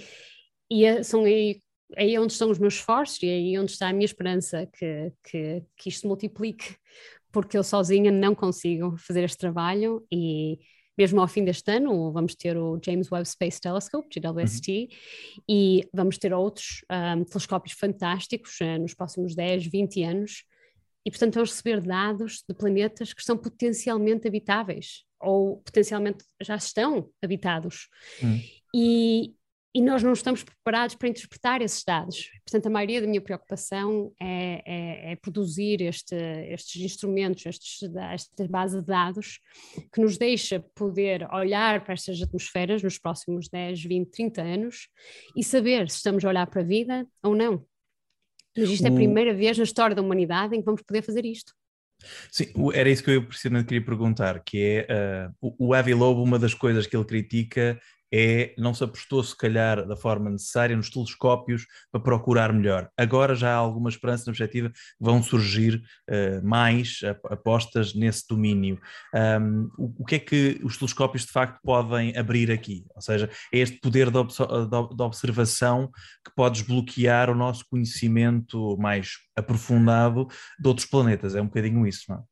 e são aí, aí onde estão os meus esforços e aí onde está a minha esperança que, que, que isto se multiplique, porque eu sozinha não consigo fazer este trabalho e mesmo ao fim deste ano vamos ter o James Webb Space Telescope, J W S T, uhum. e vamos ter outros um, telescópios fantásticos uh, nos próximos dez, vinte anos e portanto vamos receber dados de planetas que são potencialmente habitáveis ou potencialmente já estão habitados. Uhum. E E nós não estamos preparados para interpretar esses dados. Portanto, a maioria da minha preocupação é, é, é produzir este, estes instrumentos, estes, esta base de dados, que nos deixa poder olhar para estas atmosferas nos próximos dez, vinte, trinta anos e saber se estamos a olhar para a vida ou não. Mas isto é a primeira vez na história da humanidade em que vamos poder fazer isto. Sim, era isso que eu precisamente queria perguntar, que é uh, o Avi Loeb, uma das coisas que ele critica é, não se apostou se calhar da forma necessária nos telescópios para procurar melhor. Agora já há alguma esperança na perspectiva que vão surgir uh, mais apostas nesse domínio. Um, o, o que é que os telescópios de facto podem abrir aqui? Ou seja, é este poder de, ob- de observação que pode desbloquear o nosso conhecimento mais aprofundado de outros planetas. É um bocadinho isso, não é?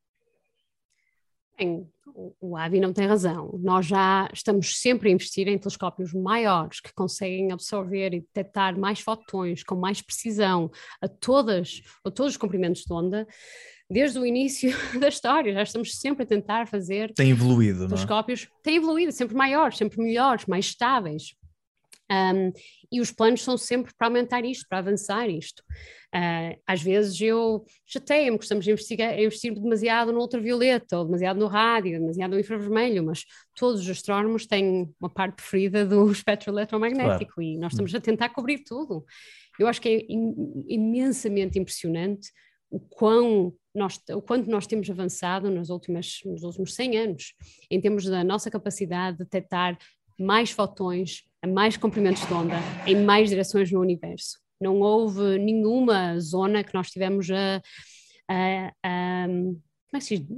Bem, o Avi não tem razão. Nós já estamos sempre a investir em telescópios maiores que conseguem absorver e detectar mais fotões com mais precisão a, todas, a todos os comprimentos de onda desde o início da história. Já estamos sempre a tentar fazer tem evoluído, telescópios. Não é? Tem evoluído, sempre maiores, sempre melhores, mais estáveis. Um, e os planos são sempre para aumentar isto, para avançar isto. Uh, às vezes eu chateio-me que estamos a investir, a investir demasiado no ultravioleta, ou demasiado no rádio, demasiado no infravermelho, mas todos os astrónomos têm uma parte preferida do espectro eletromagnético, claro. E nós estamos a tentar cobrir tudo. Eu acho que é imensamente impressionante o, quão nós, o quanto nós temos avançado nas últimas, nos últimos cem anos, em termos da nossa capacidade de detectar mais fotões, a mais comprimentos de onda, em mais direções no universo. Não houve nenhuma zona que nós tivemos a... a, a como é que se diz?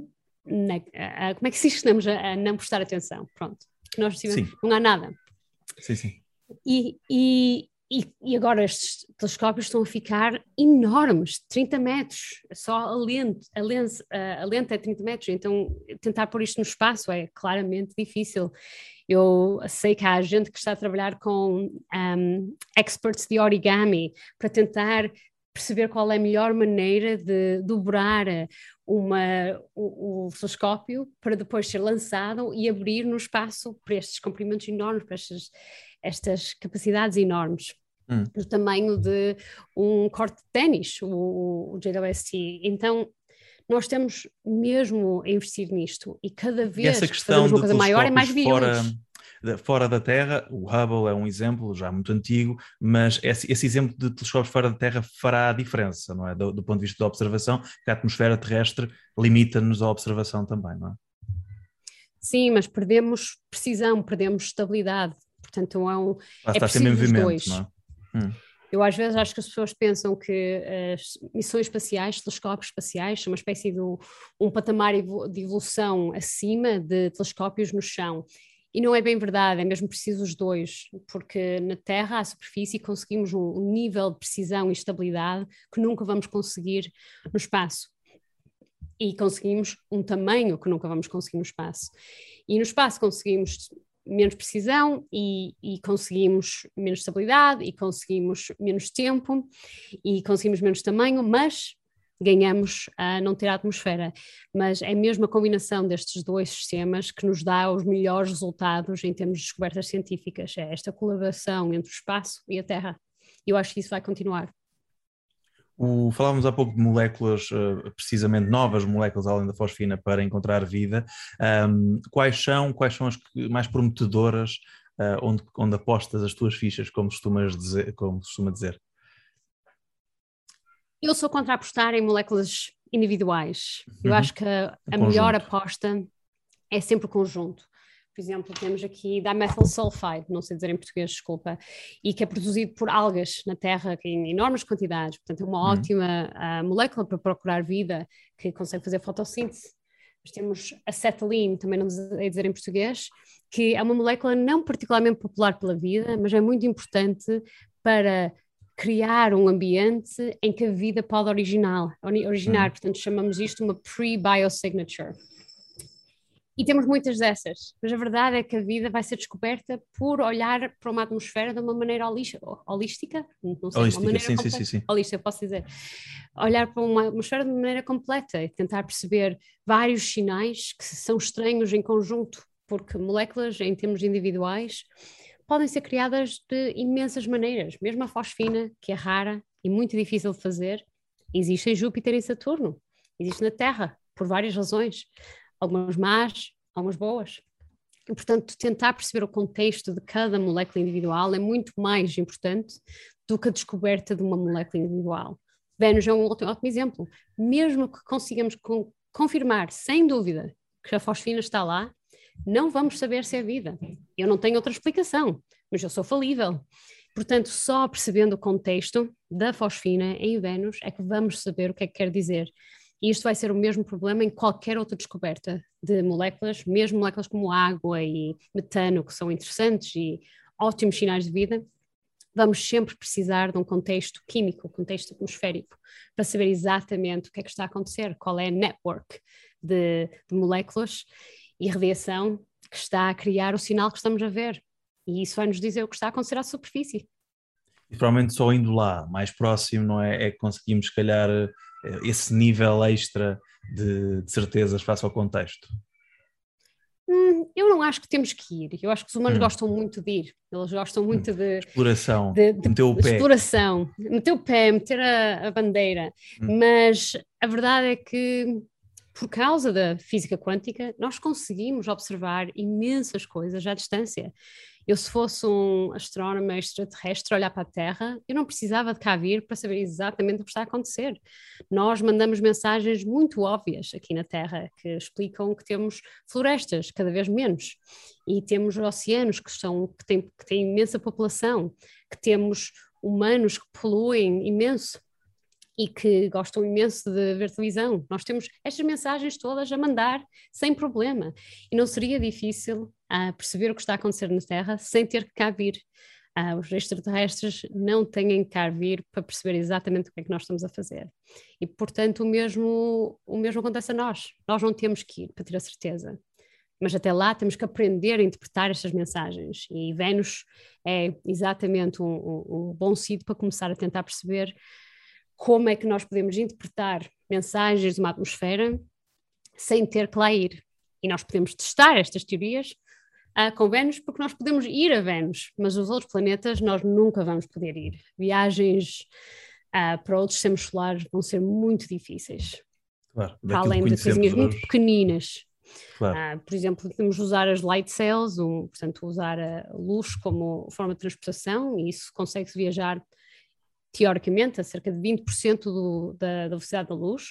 A, a, como é que se diz que estamos a, a não prestar atenção? Pronto. Nós tivemos, não há nada. Sim, sim. E, e, e agora estes telescópios estão a ficar enormes, trinta metros, só a lente, a lente, a lente é trinta metros, então tentar pôr isto no espaço é claramente difícil. Eu sei que há gente que está a trabalhar com um, experts de origami para tentar perceber qual é a melhor maneira de dobrar uma, o, o telescópio para depois ser lançado e abrir no espaço para estes comprimentos enormes, para estas, estas capacidades enormes. Hum. Do tamanho de um corte de ténis, o, o J W S T. Então, nós temos mesmo a investir nisto e cada vez e essa que fazemos uma coisa maior é mais brilhante. Fora, fora da Terra, o Hubble é um exemplo já muito antigo, mas esse, esse exemplo de telescópios fora da Terra fará a diferença, não é? Do, do ponto de vista da observação, que a atmosfera terrestre limita-nos a observação também, não é? Sim, mas perdemos precisão, perdemos estabilidade, portanto é, um, ah, é preciso dos dois. Não é? Hum. Eu às vezes acho que as pessoas pensam que as missões espaciais, telescópios espaciais, são uma espécie de um patamar de evolução acima de telescópios no chão. E não é bem verdade, é mesmo preciso os dois, porque na Terra, à superfície, conseguimos um nível de precisão e estabilidade que nunca vamos conseguir no espaço. E conseguimos um tamanho que nunca vamos conseguir no espaço. E no espaço conseguimos menos precisão e, e conseguimos menos estabilidade e conseguimos menos tempo e conseguimos menos tamanho, mas ganhamos a não ter a atmosfera. Mas é mesmo a combinação destes dois sistemas que nos dá os melhores resultados em termos de descobertas científicas. É esta colaboração entre o espaço e a Terra. Eu acho que isso vai continuar. O, falávamos há pouco de moléculas, uh, precisamente novas moléculas além da fosfina para encontrar vida. Um, quais são, quais são as que, mais prometedoras, uh, onde, onde apostas as tuas fichas, como costumas dizer, como costuma dizer? Eu sou contra apostar em moléculas individuais. Eu Uhum. acho que a, a melhor aposta é sempre o conjunto. Por exemplo, temos aqui dimethyl sulfide, não sei dizer em português, desculpa, e que é produzido por algas na Terra em enormes quantidades. Portanto, é uma uhum. ótima uh, molécula para procurar vida, que consegue fazer fotossíntese. Nós temos acetylene, também não sei dizer em português, que é uma molécula não particularmente popular pela vida, mas é muito importante para criar um ambiente em que a vida pode original, originar. Uhum. Portanto, chamamos isto uma pre-biosignature. E temos muitas dessas, mas a verdade é que a vida vai ser descoberta por olhar para uma atmosfera de uma maneira holística, não sei, holística, uma maneira sim, completa, sim, sim, sim. holística, posso dizer, olhar para uma atmosfera de uma maneira completa e tentar perceber vários sinais que são estranhos em conjunto, porque moléculas em termos individuais podem ser criadas de imensas maneiras, mesmo a fosfina, que é rara e muito difícil de fazer, existe em Júpiter e Saturno, existe na Terra, por várias razões. Algumas más, algumas boas. E, portanto, tentar perceber o contexto de cada molécula individual é muito mais importante do que a descoberta de uma molécula individual. Vênus é um ótimo, ótimo exemplo. Mesmo que consigamos com, confirmar, sem dúvida, que a fosfina está lá, não vamos saber se é vida. Eu não tenho outra explicação, mas eu sou falível. Portanto, só percebendo o contexto da fosfina em Vênus é que vamos saber o que é que quer dizer. E isto vai ser o mesmo problema em qualquer outra descoberta de moléculas, mesmo moléculas como água e metano, que são interessantes e ótimos sinais de vida. Vamos sempre precisar de um contexto químico, um contexto atmosférico, para saber exatamente o que é que está a acontecer, qual é a network de, de moléculas e radiação que está a criar o sinal que estamos a ver. E isso vai nos dizer o que está a acontecer à superfície. E provavelmente só indo lá, mais próximo, não é? É que conseguimos, se calhar, esse nível extra de, de certezas face ao contexto. Hum, eu não acho que temos que ir. Eu acho que os humanos hum. gostam muito de ir. Eles gostam muito hum. de... Exploração. De, de, meter o pé. Exploração. Meter o pé, meter a, a bandeira. Hum. Mas a verdade é que, por causa da física quântica, nós conseguimos observar imensas coisas à distância. Eu, se fosse um astrónomo extraterrestre olhar para a Terra, eu não precisava de cá vir para saber exatamente o que está a acontecer. Nós mandamos mensagens muito óbvias aqui na Terra que explicam que temos florestas cada vez menos e temos oceanos que, são, que, têm, que têm imensa população, que temos humanos que poluem imenso e que gostam imenso de ver televisão. Nós temos estas mensagens todas a mandar sem problema. E não seria difícil uh, perceber o que está a acontecer na Terra sem ter que cá vir. Uh, os extraterrestres não têm que cá vir para perceber exatamente o que é que nós estamos a fazer. E, portanto, o mesmo, o mesmo acontece a nós. Nós não temos que ir para ter a certeza. Mas até lá temos que aprender a interpretar estas mensagens. E Vênus é exatamente um, um, um bom sítio para começar a tentar perceber como é que nós podemos interpretar mensagens de uma atmosfera sem ter que lá ir. E nós podemos testar estas teorias uh, com Vênus, porque nós podemos ir a Vênus, mas os outros planetas nós nunca vamos poder ir. Viagens uh, para outros sistemas solares vão ser muito difíceis. Claro, para além de coisinhas muito pequeninas. Claro. Uh, por exemplo, podemos usar as light sails, um, portanto usar a luz como forma de transportação, e isso consegue-se viajar teoricamente, a cerca de vinte por cento do, da, da velocidade da luz,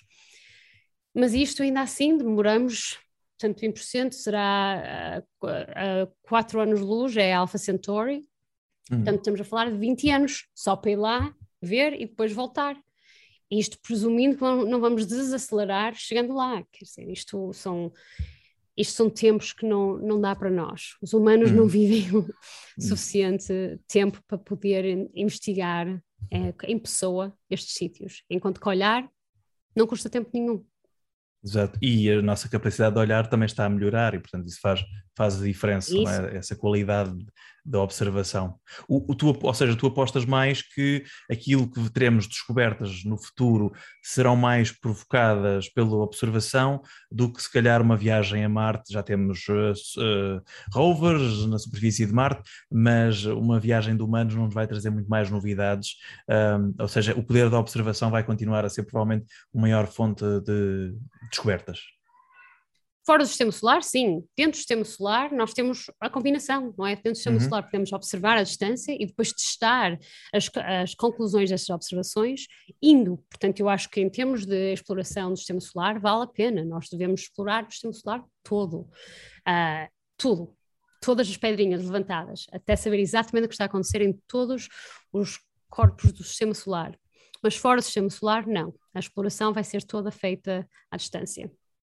mas isto ainda assim demoramos, portanto vinte por cento será a, a quatro anos-luz, é a Alpha Centauri, uhum. Portanto estamos a falar de vinte anos, só para ir lá, ver e depois voltar. Isto presumindo que não vamos desacelerar chegando lá, quer dizer, isto são... Isto são tempos que não, não dá para nós. Os humanos hum. não vivem o suficiente tempo para poder investigar é, em pessoa estes sítios. Enquanto que olhar não custa tempo nenhum. Exato. E a nossa capacidade de olhar também está a melhorar e, portanto, isso faz faz a diferença, não é? Essa qualidade da observação. O, o, tu, ou seja, tu apostas mais que aquilo que teremos descobertas no futuro serão mais provocadas pela observação do que se calhar uma viagem a Marte. Já temos uh, uh, rovers na superfície de Marte, mas uma viagem de humanos não nos vai trazer muito mais novidades, um, ou seja, o poder da observação vai continuar a ser provavelmente uma maior fonte de descobertas. Fora do sistema solar, sim. Dentro do sistema solar, nós temos a combinação, não é? Dentro do sistema uhum. solar podemos observar a distância e depois testar as, as conclusões dessas observações indo. Portanto, eu acho que em termos de exploração do sistema solar, vale a pena. Nós devemos explorar o sistema solar todo. Uh, tudo. Todas as pedrinhas levantadas, até saber exatamente o que está a acontecer em todos os corpos do sistema solar. Mas fora do sistema solar, não. A exploração vai ser toda feita à distância.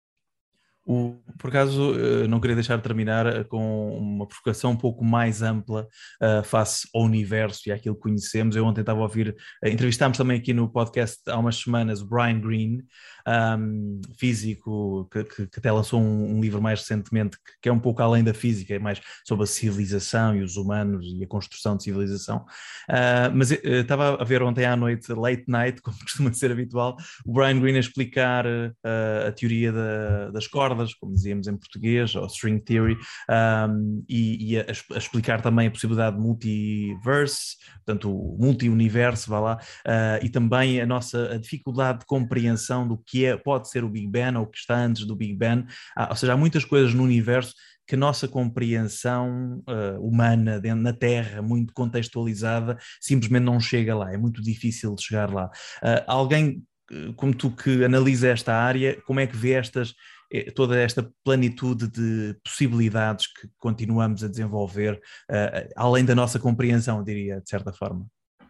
O, por acaso, não queria deixar de terminar com uma provocação um pouco mais ampla uh, face ao universo e àquilo que conhecemos. Eu ontem estava a ouvir, uh, entrevistámos também aqui no podcast há umas semanas o Brian Greene, um, físico que, que, que até lançou um, um livro mais recentemente que, que é um pouco além da física, é mais sobre a civilização e os humanos e a construção de civilização. Uh, mas uh, estava a ver ontem à noite, late night, como costuma ser habitual, o Brian Greene a explicar uh, a teoria da, das cordas, como dizíamos em português, ou string theory, um, e, e a, a explicar também a possibilidade de multiverse, portanto o multi-universo, vá lá, uh, e também a nossa a dificuldade de compreensão do que é, pode ser o Big Bang ou o que está antes do Big Bang. Ah, ou seja, há muitas coisas no universo que a nossa compreensão uh, humana dentro, na Terra, muito contextualizada, simplesmente não chega lá, é muito difícil de chegar lá. Uh, alguém como tu que analisa esta área, como é que vê estas toda esta plenitude de possibilidades que continuamos a desenvolver, uh, além da nossa compreensão, eu diria, de certa forma?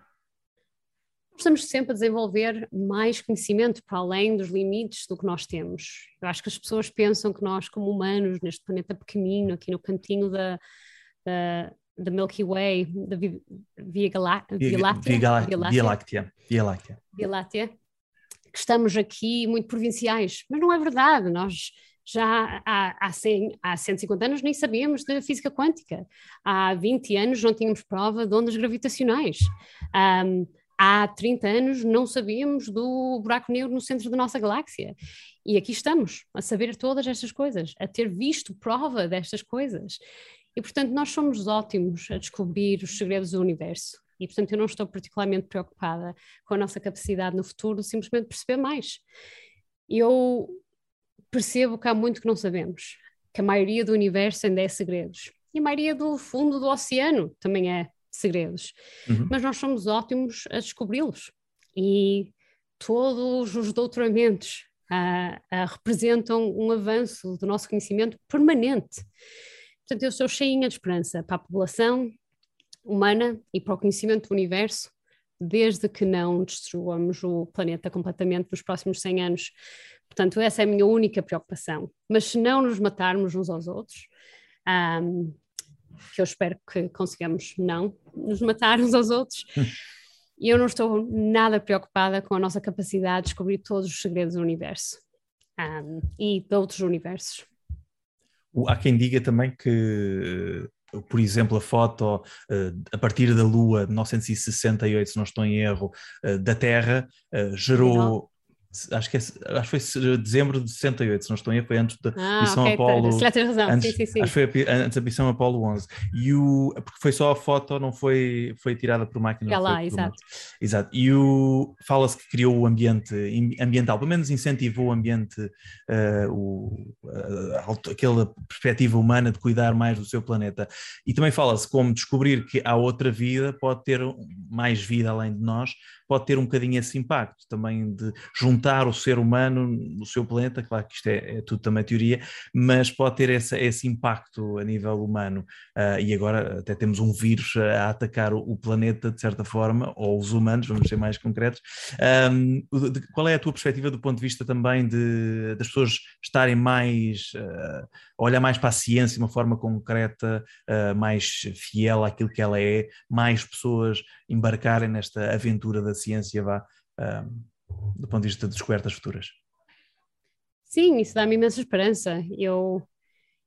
Estamos sempre a desenvolver mais conhecimento para além dos limites do que nós temos. Eu acho que as pessoas pensam que nós, como humanos, neste planeta pequenino, aqui no cantinho da, da, da Milky Way, da Via, Via, Galá, Via Láctea, Via, Via, Via Láctea, Via Láctea, Via Láctea, que estamos aqui muito provinciais, mas não é verdade. Nós já há, há, cem, há cento e cinquenta anos nem sabíamos da física quântica, há vinte anos não tínhamos prova de ondas gravitacionais, um, há trinta anos não sabíamos do buraco negro no centro da nossa galáxia, e aqui estamos a saber todas estas coisas, a ter visto prova destas coisas, e portanto nós somos ótimos a descobrir os segredos do universo. E, portanto, eu não estou particularmente preocupada com a nossa capacidade no futuro de simplesmente perceber mais. Eu percebo que há muito que não sabemos, que a maioria do universo ainda é segredos. E a maioria do fundo do oceano também é segredos. Uhum. Mas nós somos ótimos a descobri-los. E todos os doutoramentos uh, uh, representam um avanço do nosso conhecimento permanente. Portanto, eu sou cheinha de esperança para a população humana e para o conhecimento do universo, desde que não destruamos o planeta completamente nos próximos cem anos. Portanto, essa é a minha única preocupação. Mas se não nos matarmos uns aos outros, um, que eu espero que consigamos não nos matar uns aos outros, e eu não estou nada preocupada com a nossa capacidade de descobrir todos os segredos do universo um, e de outros universos. Há quem diga também que, por exemplo, a foto uh, a partir da Lua de mil novecentos e sessenta e oito, se não estou em erro, uh, da Terra, uh, gerou... Acho que, é, acho que foi dezembro de sessenta e oito, se não estou em erro, foi antes da ah, missão okay, Apolo. Se tens razão, antes, sim, sim, sim. Acho que foi antes da missão Apolo onze. E o, porque foi só a foto, não foi, foi tirada por máquina. Já lá, foi exato. Exato. E o, fala-se que criou o ambiente ambiental, pelo menos incentivou o ambiente, uh, o, uh, aquela perspectiva humana de cuidar mais do seu planeta. E também fala-se como descobrir que há outra vida, pode ter mais vida além de nós, pode ter um bocadinho esse impacto também de juntar o ser humano no seu planeta. Claro que isto é, é tudo também teoria, mas pode ter esse, esse impacto a nível humano, uh, e agora até temos um vírus a atacar o, o planeta de certa forma, ou os humanos, vamos ser mais concretos. Um, de, qual é a tua perspectiva do ponto de vista também de, das pessoas estarem mais, uh, a olhar mais para a ciência de uma forma concreta, uh, mais fiel àquilo que ela é, mais pessoas embarcarem nesta aventura da ciência, vá, um, do ponto de vista de descobertas futuras? Sim, isso dá-me imensa esperança. Eu,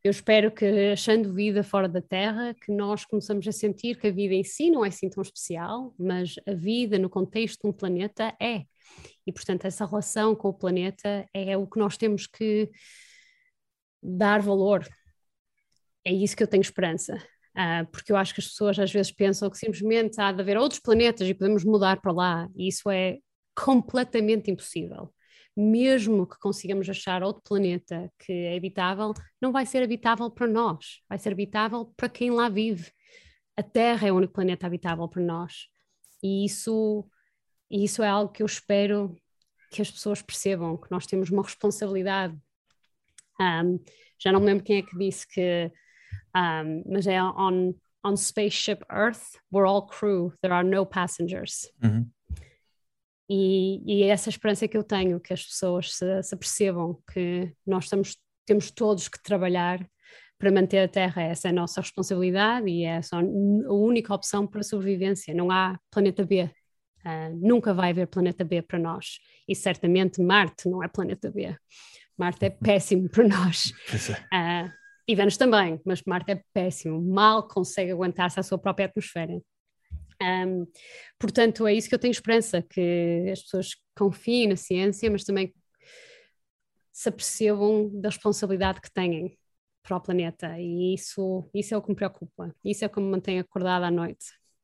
Eu espero que, achando vida fora da Terra, que nós começamos a sentir que a vida em si não é assim tão especial, mas a vida no contexto de um planeta é. E, portanto, essa relação com o planeta é o que nós temos que dar valor. É isso que eu tenho esperança. Uh, porque eu acho que as pessoas às vezes pensam que simplesmente há de haver outros planetas e podemos mudar para lá. E isso é completamente impossível. Mesmo que consigamos achar outro planeta que é habitável, não vai ser habitável para nós, vai ser habitável para quem lá vive. A Terra é o único planeta habitável para nós. E isso, e isso é algo que eu espero que as pessoas percebam, que nós temos uma responsabilidade. Um, já não me lembro quem é que disse que, um, mas é on, on Spaceship Earth, we're all crew, there are no passengers. Uhum. E, e é essa esperança que eu tenho, que as pessoas se, se percebam que nós estamos, temos todos que trabalhar para manter a Terra. Essa é a nossa responsabilidade e é a única opção para a sobrevivência. Não há planeta B. Uh, nunca vai haver planeta B para nós. E certamente Marte não é planeta B. Marte é péssimo para nós. Uh, e Vênus também, mas Marte é péssimo. Mal consegue aguentar-se à sua própria atmosfera. Um, portanto, é isso que eu tenho esperança, que as pessoas confiem na ciência, mas também se apercebam da responsabilidade que têm para o planeta, e isso, isso é o que me preocupa, isso é o que me mantém acordada à noite.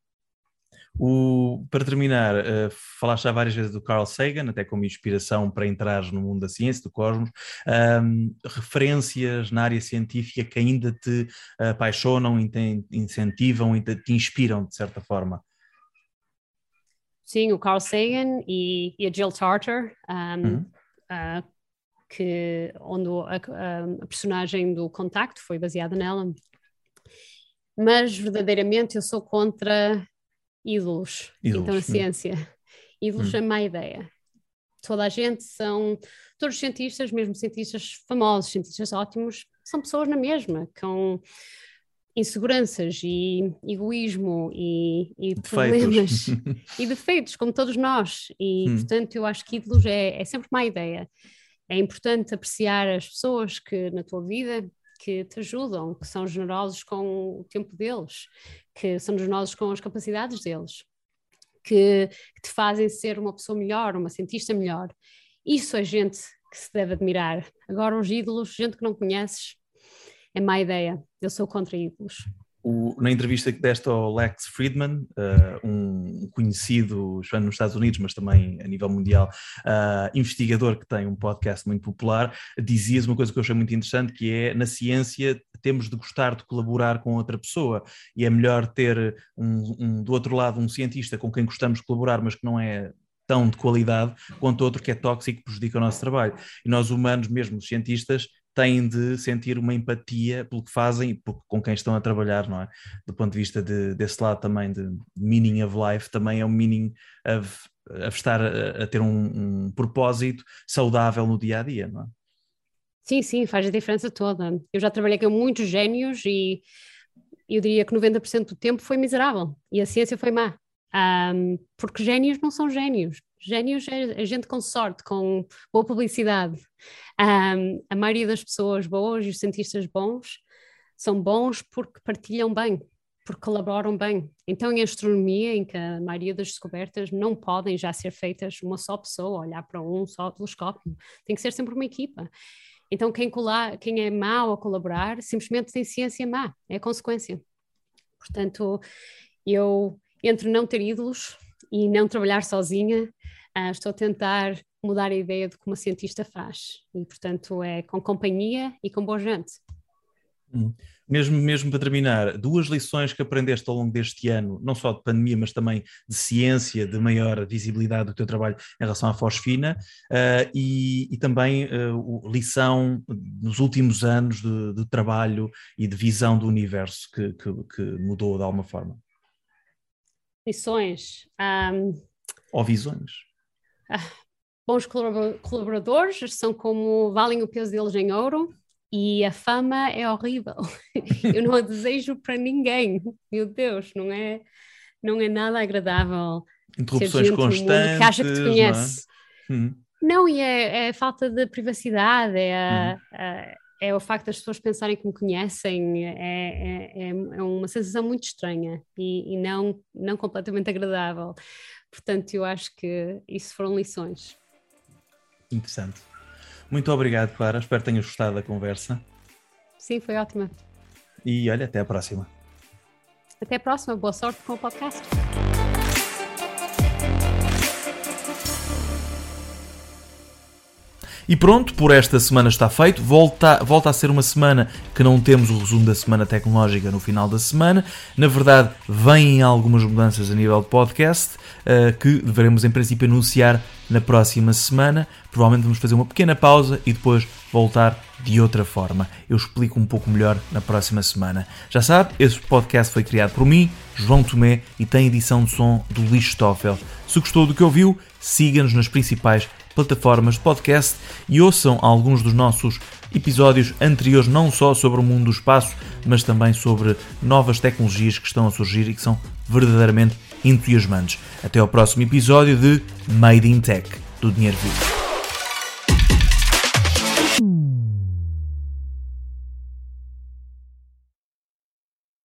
O, para terminar, uh, falaste já várias vezes do Carl Sagan, até como inspiração para entrares no mundo da ciência, do cosmos. Um, referências na área científica que ainda te apaixonam, te incentivam e te, te inspiram de certa forma? Sim, o Carl Sagan e, e a Jill Tarter, um, uhum. uh, que, onde a, a, a personagem do Contacto foi baseada nela. Mas verdadeiramente eu sou contra ídolos, ídolos então a ciência. Ídolos hum. é má ideia. Toda a gente são, todos os cientistas, mesmo cientistas famosos, cientistas ótimos, são pessoas na mesma, com inseguranças e egoísmo e, e problemas e defeitos, como todos nós. E, hum. portanto, eu acho que ídolos é, é sempre má ideia. É importante apreciar as pessoas que na tua vida que te ajudam, que são generosos com o tempo deles, que são generosos com as capacidades deles, que, que te fazem ser uma pessoa melhor, uma cientista melhor. Isso é gente que se deve admirar. Agora, os ídolos, gente que não conheces, é má ideia. Eu sou contra ídolos. O, na entrevista que deste ao Lex Fridman, uh, um conhecido nos Estados Unidos, mas também a nível mundial, uh, investigador que tem um podcast muito popular, dizias uma coisa que eu achei muito interessante, que é, na ciência temos de gostar de colaborar com outra pessoa, e é melhor ter um, um, do outro lado um cientista com quem gostamos de colaborar, mas que não é tão de qualidade, quanto outro que é tóxico e prejudica o nosso trabalho. E nós humanos, mesmo os cientistas, têm de sentir uma empatia pelo que fazem e com quem estão a trabalhar, não é? Do ponto de vista de, desse lado também de meaning of life, também é um meaning of, of estar a, a ter um, um propósito saudável no dia-a-dia, não é? Sim, sim, faz a diferença toda. Eu já trabalhei com muitos génios e eu diria que noventa por cento do tempo foi miserável e a ciência foi má. Um, porque génios não são génios. Génios é gente com sorte, com boa publicidade. Um, a maioria das pessoas boas e os cientistas bons são bons porque partilham bem, porque colaboram bem. Então, em astronomia, em que a maioria das descobertas não podem já ser feitas uma só pessoa, olhar para um só telescópio, tem que ser sempre uma equipa. Então, quem, colar, quem é mau a colaborar, simplesmente tem ciência má, é a consequência. Portanto, eu, entre não ter ídolos e não trabalhar sozinha, uh, estou a tentar mudar a ideia de como a cientista faz. E, portanto, é com companhia e com boa gente. Hum. Mesmo, mesmo para terminar, duas lições que aprendeste ao longo deste ano, não só de pandemia, mas também de ciência, de maior visibilidade do teu trabalho em relação à fosfina, uh, e, e também uh, lição nos últimos anos de, de trabalho e de visão do universo que, que, que mudou de alguma forma. Lições? Um... Ou visões? Ah, bons colaboradores são como valem o peso deles em ouro. E a fama é horrível. Eu não a desejo para ninguém. Meu Deus, não é, não é nada agradável. Interrupções constantes. Que acha que te conhece. Não, é? hum. não e é, é a falta de privacidade, é a, hum. a, é o facto das pessoas pensarem que me conhecem, é, é, é uma sensação muito estranha e, e não, não completamente agradável. Portanto, eu acho que isso foram lições. Interessante. Muito obrigado, Clara. Espero que tenhas gostado da conversa. Sim, foi ótima. E olha, até à próxima. Até a próxima. Boa sorte com o podcast. E pronto, por esta semana está feito. Volta, volta a ser uma semana que não temos o resumo da semana tecnológica no final da semana. Na verdade, vêm algumas mudanças a nível de podcast uh, que deveremos em princípio anunciar na próxima semana. Provavelmente vamos fazer uma pequena pausa e depois voltar de outra forma. Eu explico um pouco melhor na próxima semana. Já sabe, esse podcast foi criado por mim, João Tomé, e tem edição de som do Luís Stoffel. Se gostou do que ouviu, siga-nos nas principais plataformas de podcast e ouçam alguns dos nossos episódios anteriores, não só sobre o mundo do espaço, mas também sobre novas tecnologias que estão a surgir e que são verdadeiramente entusiasmantes. Até ao próximo episódio de Made in Tech, do Dinheiro Vivo.